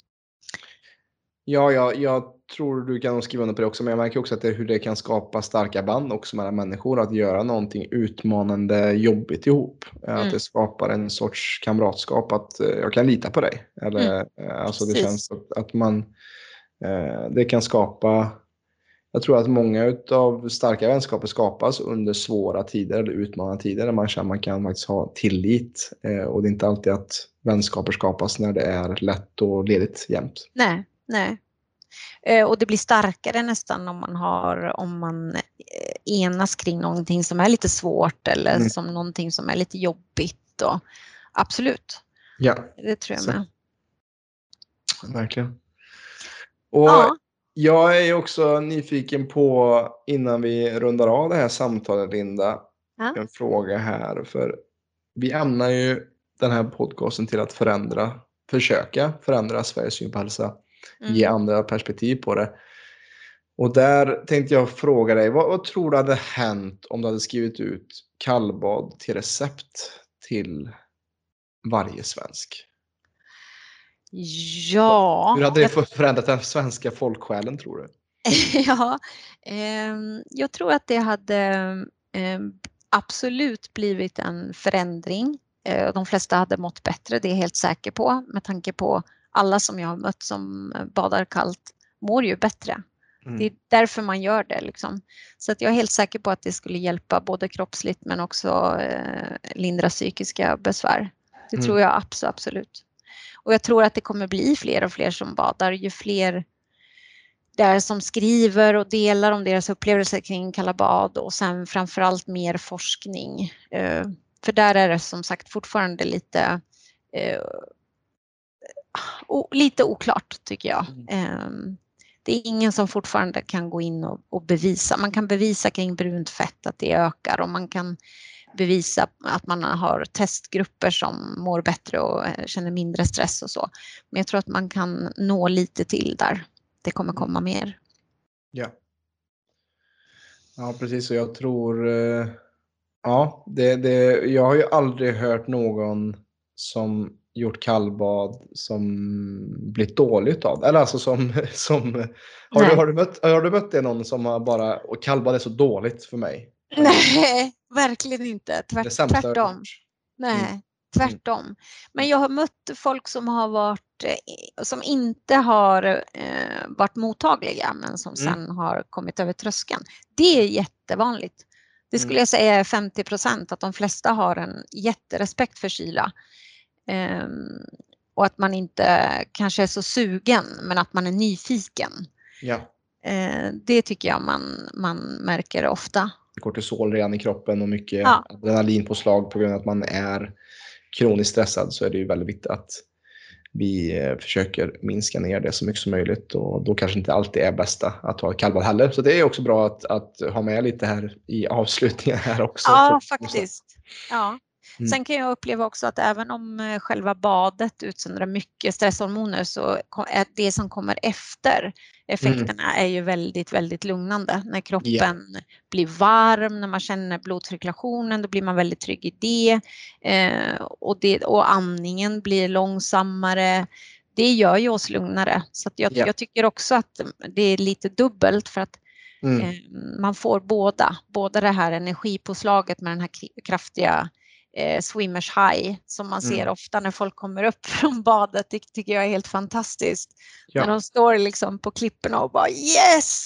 Ja, ja, jag tror du kan skriva under på det också, men jag märker också att det är hur det kan skapa starka band också mellan människor, att göra någonting utmanande jobbigt ihop. Att Mm. det skapar en sorts kamratskap, att eh, jag kan lita på dig. Eller, eh, alltså det Precis. känns att, att man, eh, det kan skapa, jag tror att många av starka vänskaper skapas under svåra tider eller utmanande tider, där man känner att man kan faktiskt ha tillit. Eh, och det är inte alltid att vänskaper skapas när det är lätt och ledigt jämt. Nej, nej. Eh, Och det blir starkare nästan om man har, om man eh, enas kring någonting som är lite svårt eller Mm. som någonting som är lite jobbigt. Och, absolut, Ja, det tror jag så. med. Verkligen. Och Ja. jag är också nyfiken på, innan vi rundar av det här samtalet, Linda, Ja. en fråga här. För vi ämnar ju den här podcasten till att förändra, försöka förändra Sveriges syn på hälsa, Mm. ge andra perspektiv på det. Och där tänkte jag fråga dig, vad, vad tror du hade hänt om du hade skrivit ut kallbad till recept till varje svensk? Ja. Hur hade det förändrat den svenska folksjälen, tror du? Ja, eh, jag tror att det hade eh, absolut blivit en förändring. Eh, de flesta hade mått bättre, det är jag helt säker på. Med tanke på alla som jag har mött som badar kallt mår ju bättre. Mm. Det är därför man gör det. Liksom. Så att jag är helt säker på att det skulle hjälpa både kroppsligt men också eh, lindra psykiska besvär. Det Mm. tror jag absolut, absolut. Och jag tror att det kommer bli fler och fler som badar. Ju fler där som skriver och delar om deras upplevelser kring kalla bad och sen framförallt mer forskning. Eh, för där är det som sagt fortfarande lite, eh, o, lite oklart tycker jag. Eh, det är ingen som fortfarande kan gå in och, och bevisa. Man kan bevisa kring brunt fett att det ökar och man kan bevisa att man har testgrupper som mår bättre och känner mindre stress och så. Men jag tror att man kan nå lite till där. Det kommer komma mer. Ja. Ja, precis. Och jag tror... eh, Ja, det, det, jag har ju aldrig hört någon som gjort kallbad som blivit dåligt av det. Eller alltså som... som har, du, har, du mött, har du mött det någon som har bara... Och kallbad är så dåligt för mig. Nej, verkligen inte. Det Tvärt, sämsta jag har tvärtom. gjort. Nej, Mm. tvärtom. Men jag har mött folk som har varit, eh, som inte har eh, varit mottagliga men som Mm. sen har kommit över tröskeln. Det är jättevanligt. Det skulle Mm. jag säga är femtio procent, att de flesta har en jätterespekt för kyla. Ehm, och att man inte kanske är så sugen men att man är nyfiken. Ja. Ehm, det tycker jag man, man märker ofta. Kortisol redan i kroppen och mycket Ja. adrenalinpåslag på grund av att man är kroniskt stressad, så är det ju väldigt viktigt att vi eh, försöker minska ner det så mycket som möjligt, och då kanske inte alltid är bästa att ha ett kallbad heller. Så det är också bra att, att ha med lite här i avslutningen här också. Ja, faktiskt. Ja. Mm. Sen kan jag uppleva också att även om eh, själva badet utsöndrar mycket stresshormoner så ko- är det som kommer efter effekterna är ju väldigt, väldigt lugnande. När kroppen blir varm, när man känner blodcirkulationen, då blir man väldigt trygg i det. Eh, och, det och andningen blir långsammare. Det gör ju oss lugnare. Så att jag, Ja. jag tycker också att det är lite dubbelt för att Mm. eh, man får båda. Både det här energipåslaget med den här k- kraftiga eh, swimmers high som man ser Mm. ofta när folk kommer upp från badet. Det tycker jag är helt fantastiskt. Ja. När de står liksom på klipporna och bara yes!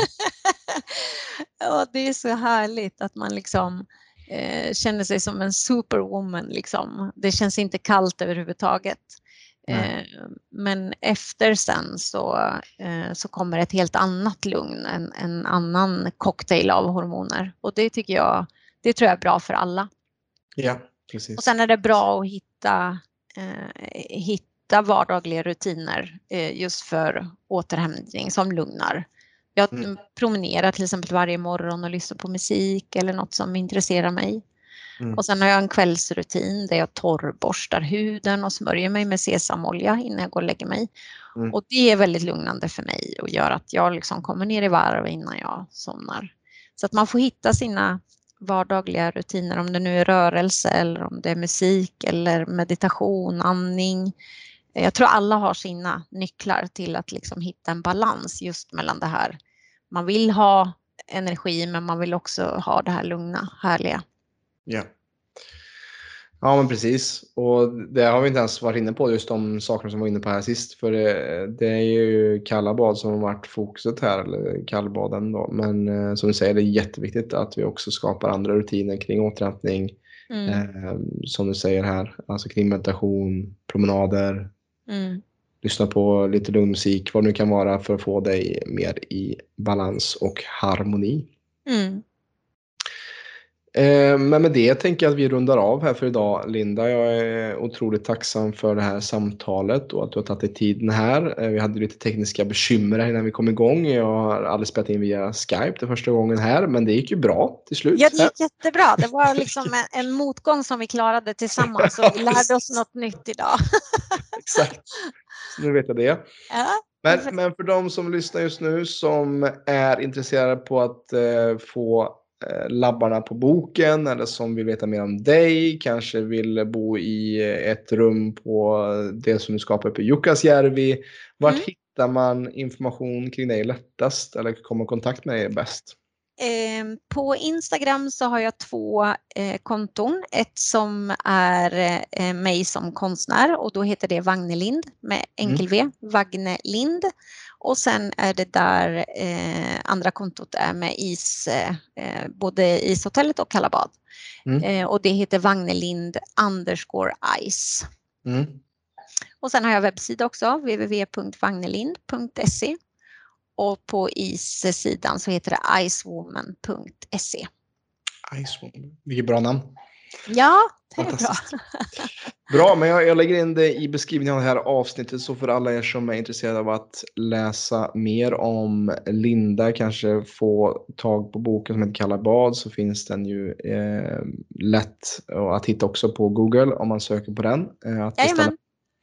Ja, det är så härligt att man liksom eh, känner sig som en superwoman liksom. Det känns inte kallt överhuvudtaget. Eh, men efter sen så, eh, så kommer ett helt annat lugn, en, en annan cocktail av hormoner. Och det tycker jag, det tror jag är bra för alla. Ja, precis. Och sen är det bra att hitta, eh, hitta vardagliga rutiner eh, just för återhämtning som lugnar. Jag Mm. promenerar till exempel varje morgon och lyssnar på musik eller något som intresserar mig. Mm. Och sen har jag en kvällsrutin där jag torrborstar huden och smörjer mig med sesamolja innan jag går och lägger mig. Mm. Och det är väldigt lugnande för mig och gör att jag liksom kommer ner i varv innan jag somnar. Så att man får hitta sina vardagliga rutiner, om det nu är rörelse eller om det är musik eller meditation, andning. Jag tror alla har sina nycklar till att liksom hitta en balans just mellan det här. Man vill ha energi men man vill också ha det här lugna, härliga. Ja. Ja, men precis. Och det har vi inte ens varit inne på, just de sakerna som vi var inne på här sist. För det, det är ju kalla bad som har varit fokuset här, eller kallbaden då. Men eh, som du säger, det är jätteviktigt att vi också skapar andra rutiner kring återhämtning. Mm. Eh, som du säger här, alltså kring meditation, promenader. Mm. Lyssna på lite lugn musik, vad det nu kan vara, för att få dig mer i balans och harmoni. Mm. Men med det tänker jag att vi rundar av här för idag, Linda. Jag är otroligt tacksam för det här samtalet och att du har tagit dig tiden här. Vi hade lite tekniska bekymmer här innan vi kom igång. Jag har aldrig spelat in via Skype det första gången här, men det gick ju bra till slut. Ja, det gick jättebra. Det var liksom en, en motgång som vi klarade tillsammans och vi lärde oss något nytt idag. Exakt, så nu vet jag det. Ja. Men, men för de som lyssnar just nu som är intresserade på att eh, få labbarna på boken, eller som vill veta mer om dig, kanske vill bo i ett rum på det som du skapar uppe i Jukkasjärvi. Vart mm. hittar man information kring dig lättast eller kommer i kontakt med dig bäst? Eh, på Instagram så har jag två eh, konton. Ett som är eh, mig som konstnär och då heter det Wagnelind med enkel V, mm. Wagnelind. Och sen är det där eh, andra kontot är med is, eh, både ishotellet och kalla bad. Mm. Eh, och det heter Wagnelind underscore ice. Mm. Och sen har jag webbsida också, w w w punkt wagnelind punkt se. Och på is-sidan så heter det icewoman punkt se. Icewoman, vilket bra namn. Ja, det är bra. Bra, men jag, jag lägger in det i beskrivningen av det här avsnittet, så för alla er som är intresserade av att läsa mer om Linda, kanske få tag på boken som heter Kalla bad, så finns den ju eh, lätt att hitta också på Google om man söker på den. Eh, att Jajamän.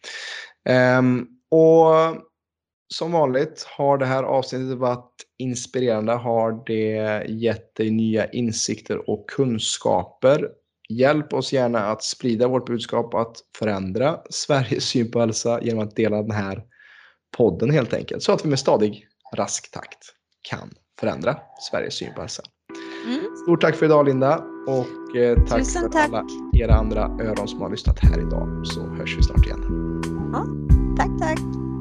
Um, och som vanligt har det här avsnittet varit inspirerande, har det gett dig nya insikter och kunskaper. Hjälp oss gärna att sprida vårt budskap att förändra Sveriges syn på hälsa genom att dela den här podden helt enkelt. Så att vi med stadig, rask takt kan förändra Sveriges syn på hälsa. Mm. Stort tack för idag, Linda. Och eh, tack Tusen för tack. alla era andra öron som har lyssnat här idag. Så hörs vi snart igen. Ja, tack, tack.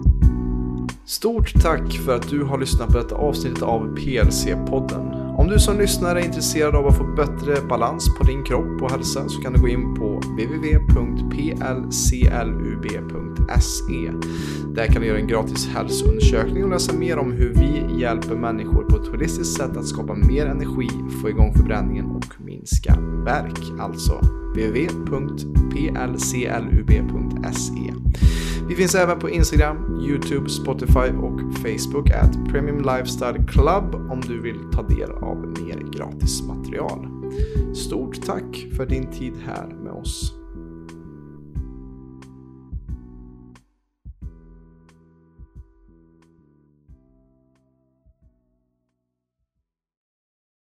Stort tack för att du har lyssnat på detta avsnitt av P L C-podden. Om du som lyssnare är intresserad av att få bättre balans på din kropp och hälsa, så kan du gå in på w w w punkt p l c l u b punkt s e. Där kan du göra en gratis hälsoundersökning och läsa mer om hur vi hjälper människor på ett holistiskt sätt att skapa mer energi, få igång förbränningen och minska värk. Alltså w w w punkt p l c l u b punkt s e. Vi finns även på Instagram, YouTube, Spotify och Facebook at Premium Lifestyle Club om du vill ta del av mer gratis material. Stort tack för din tid här med oss.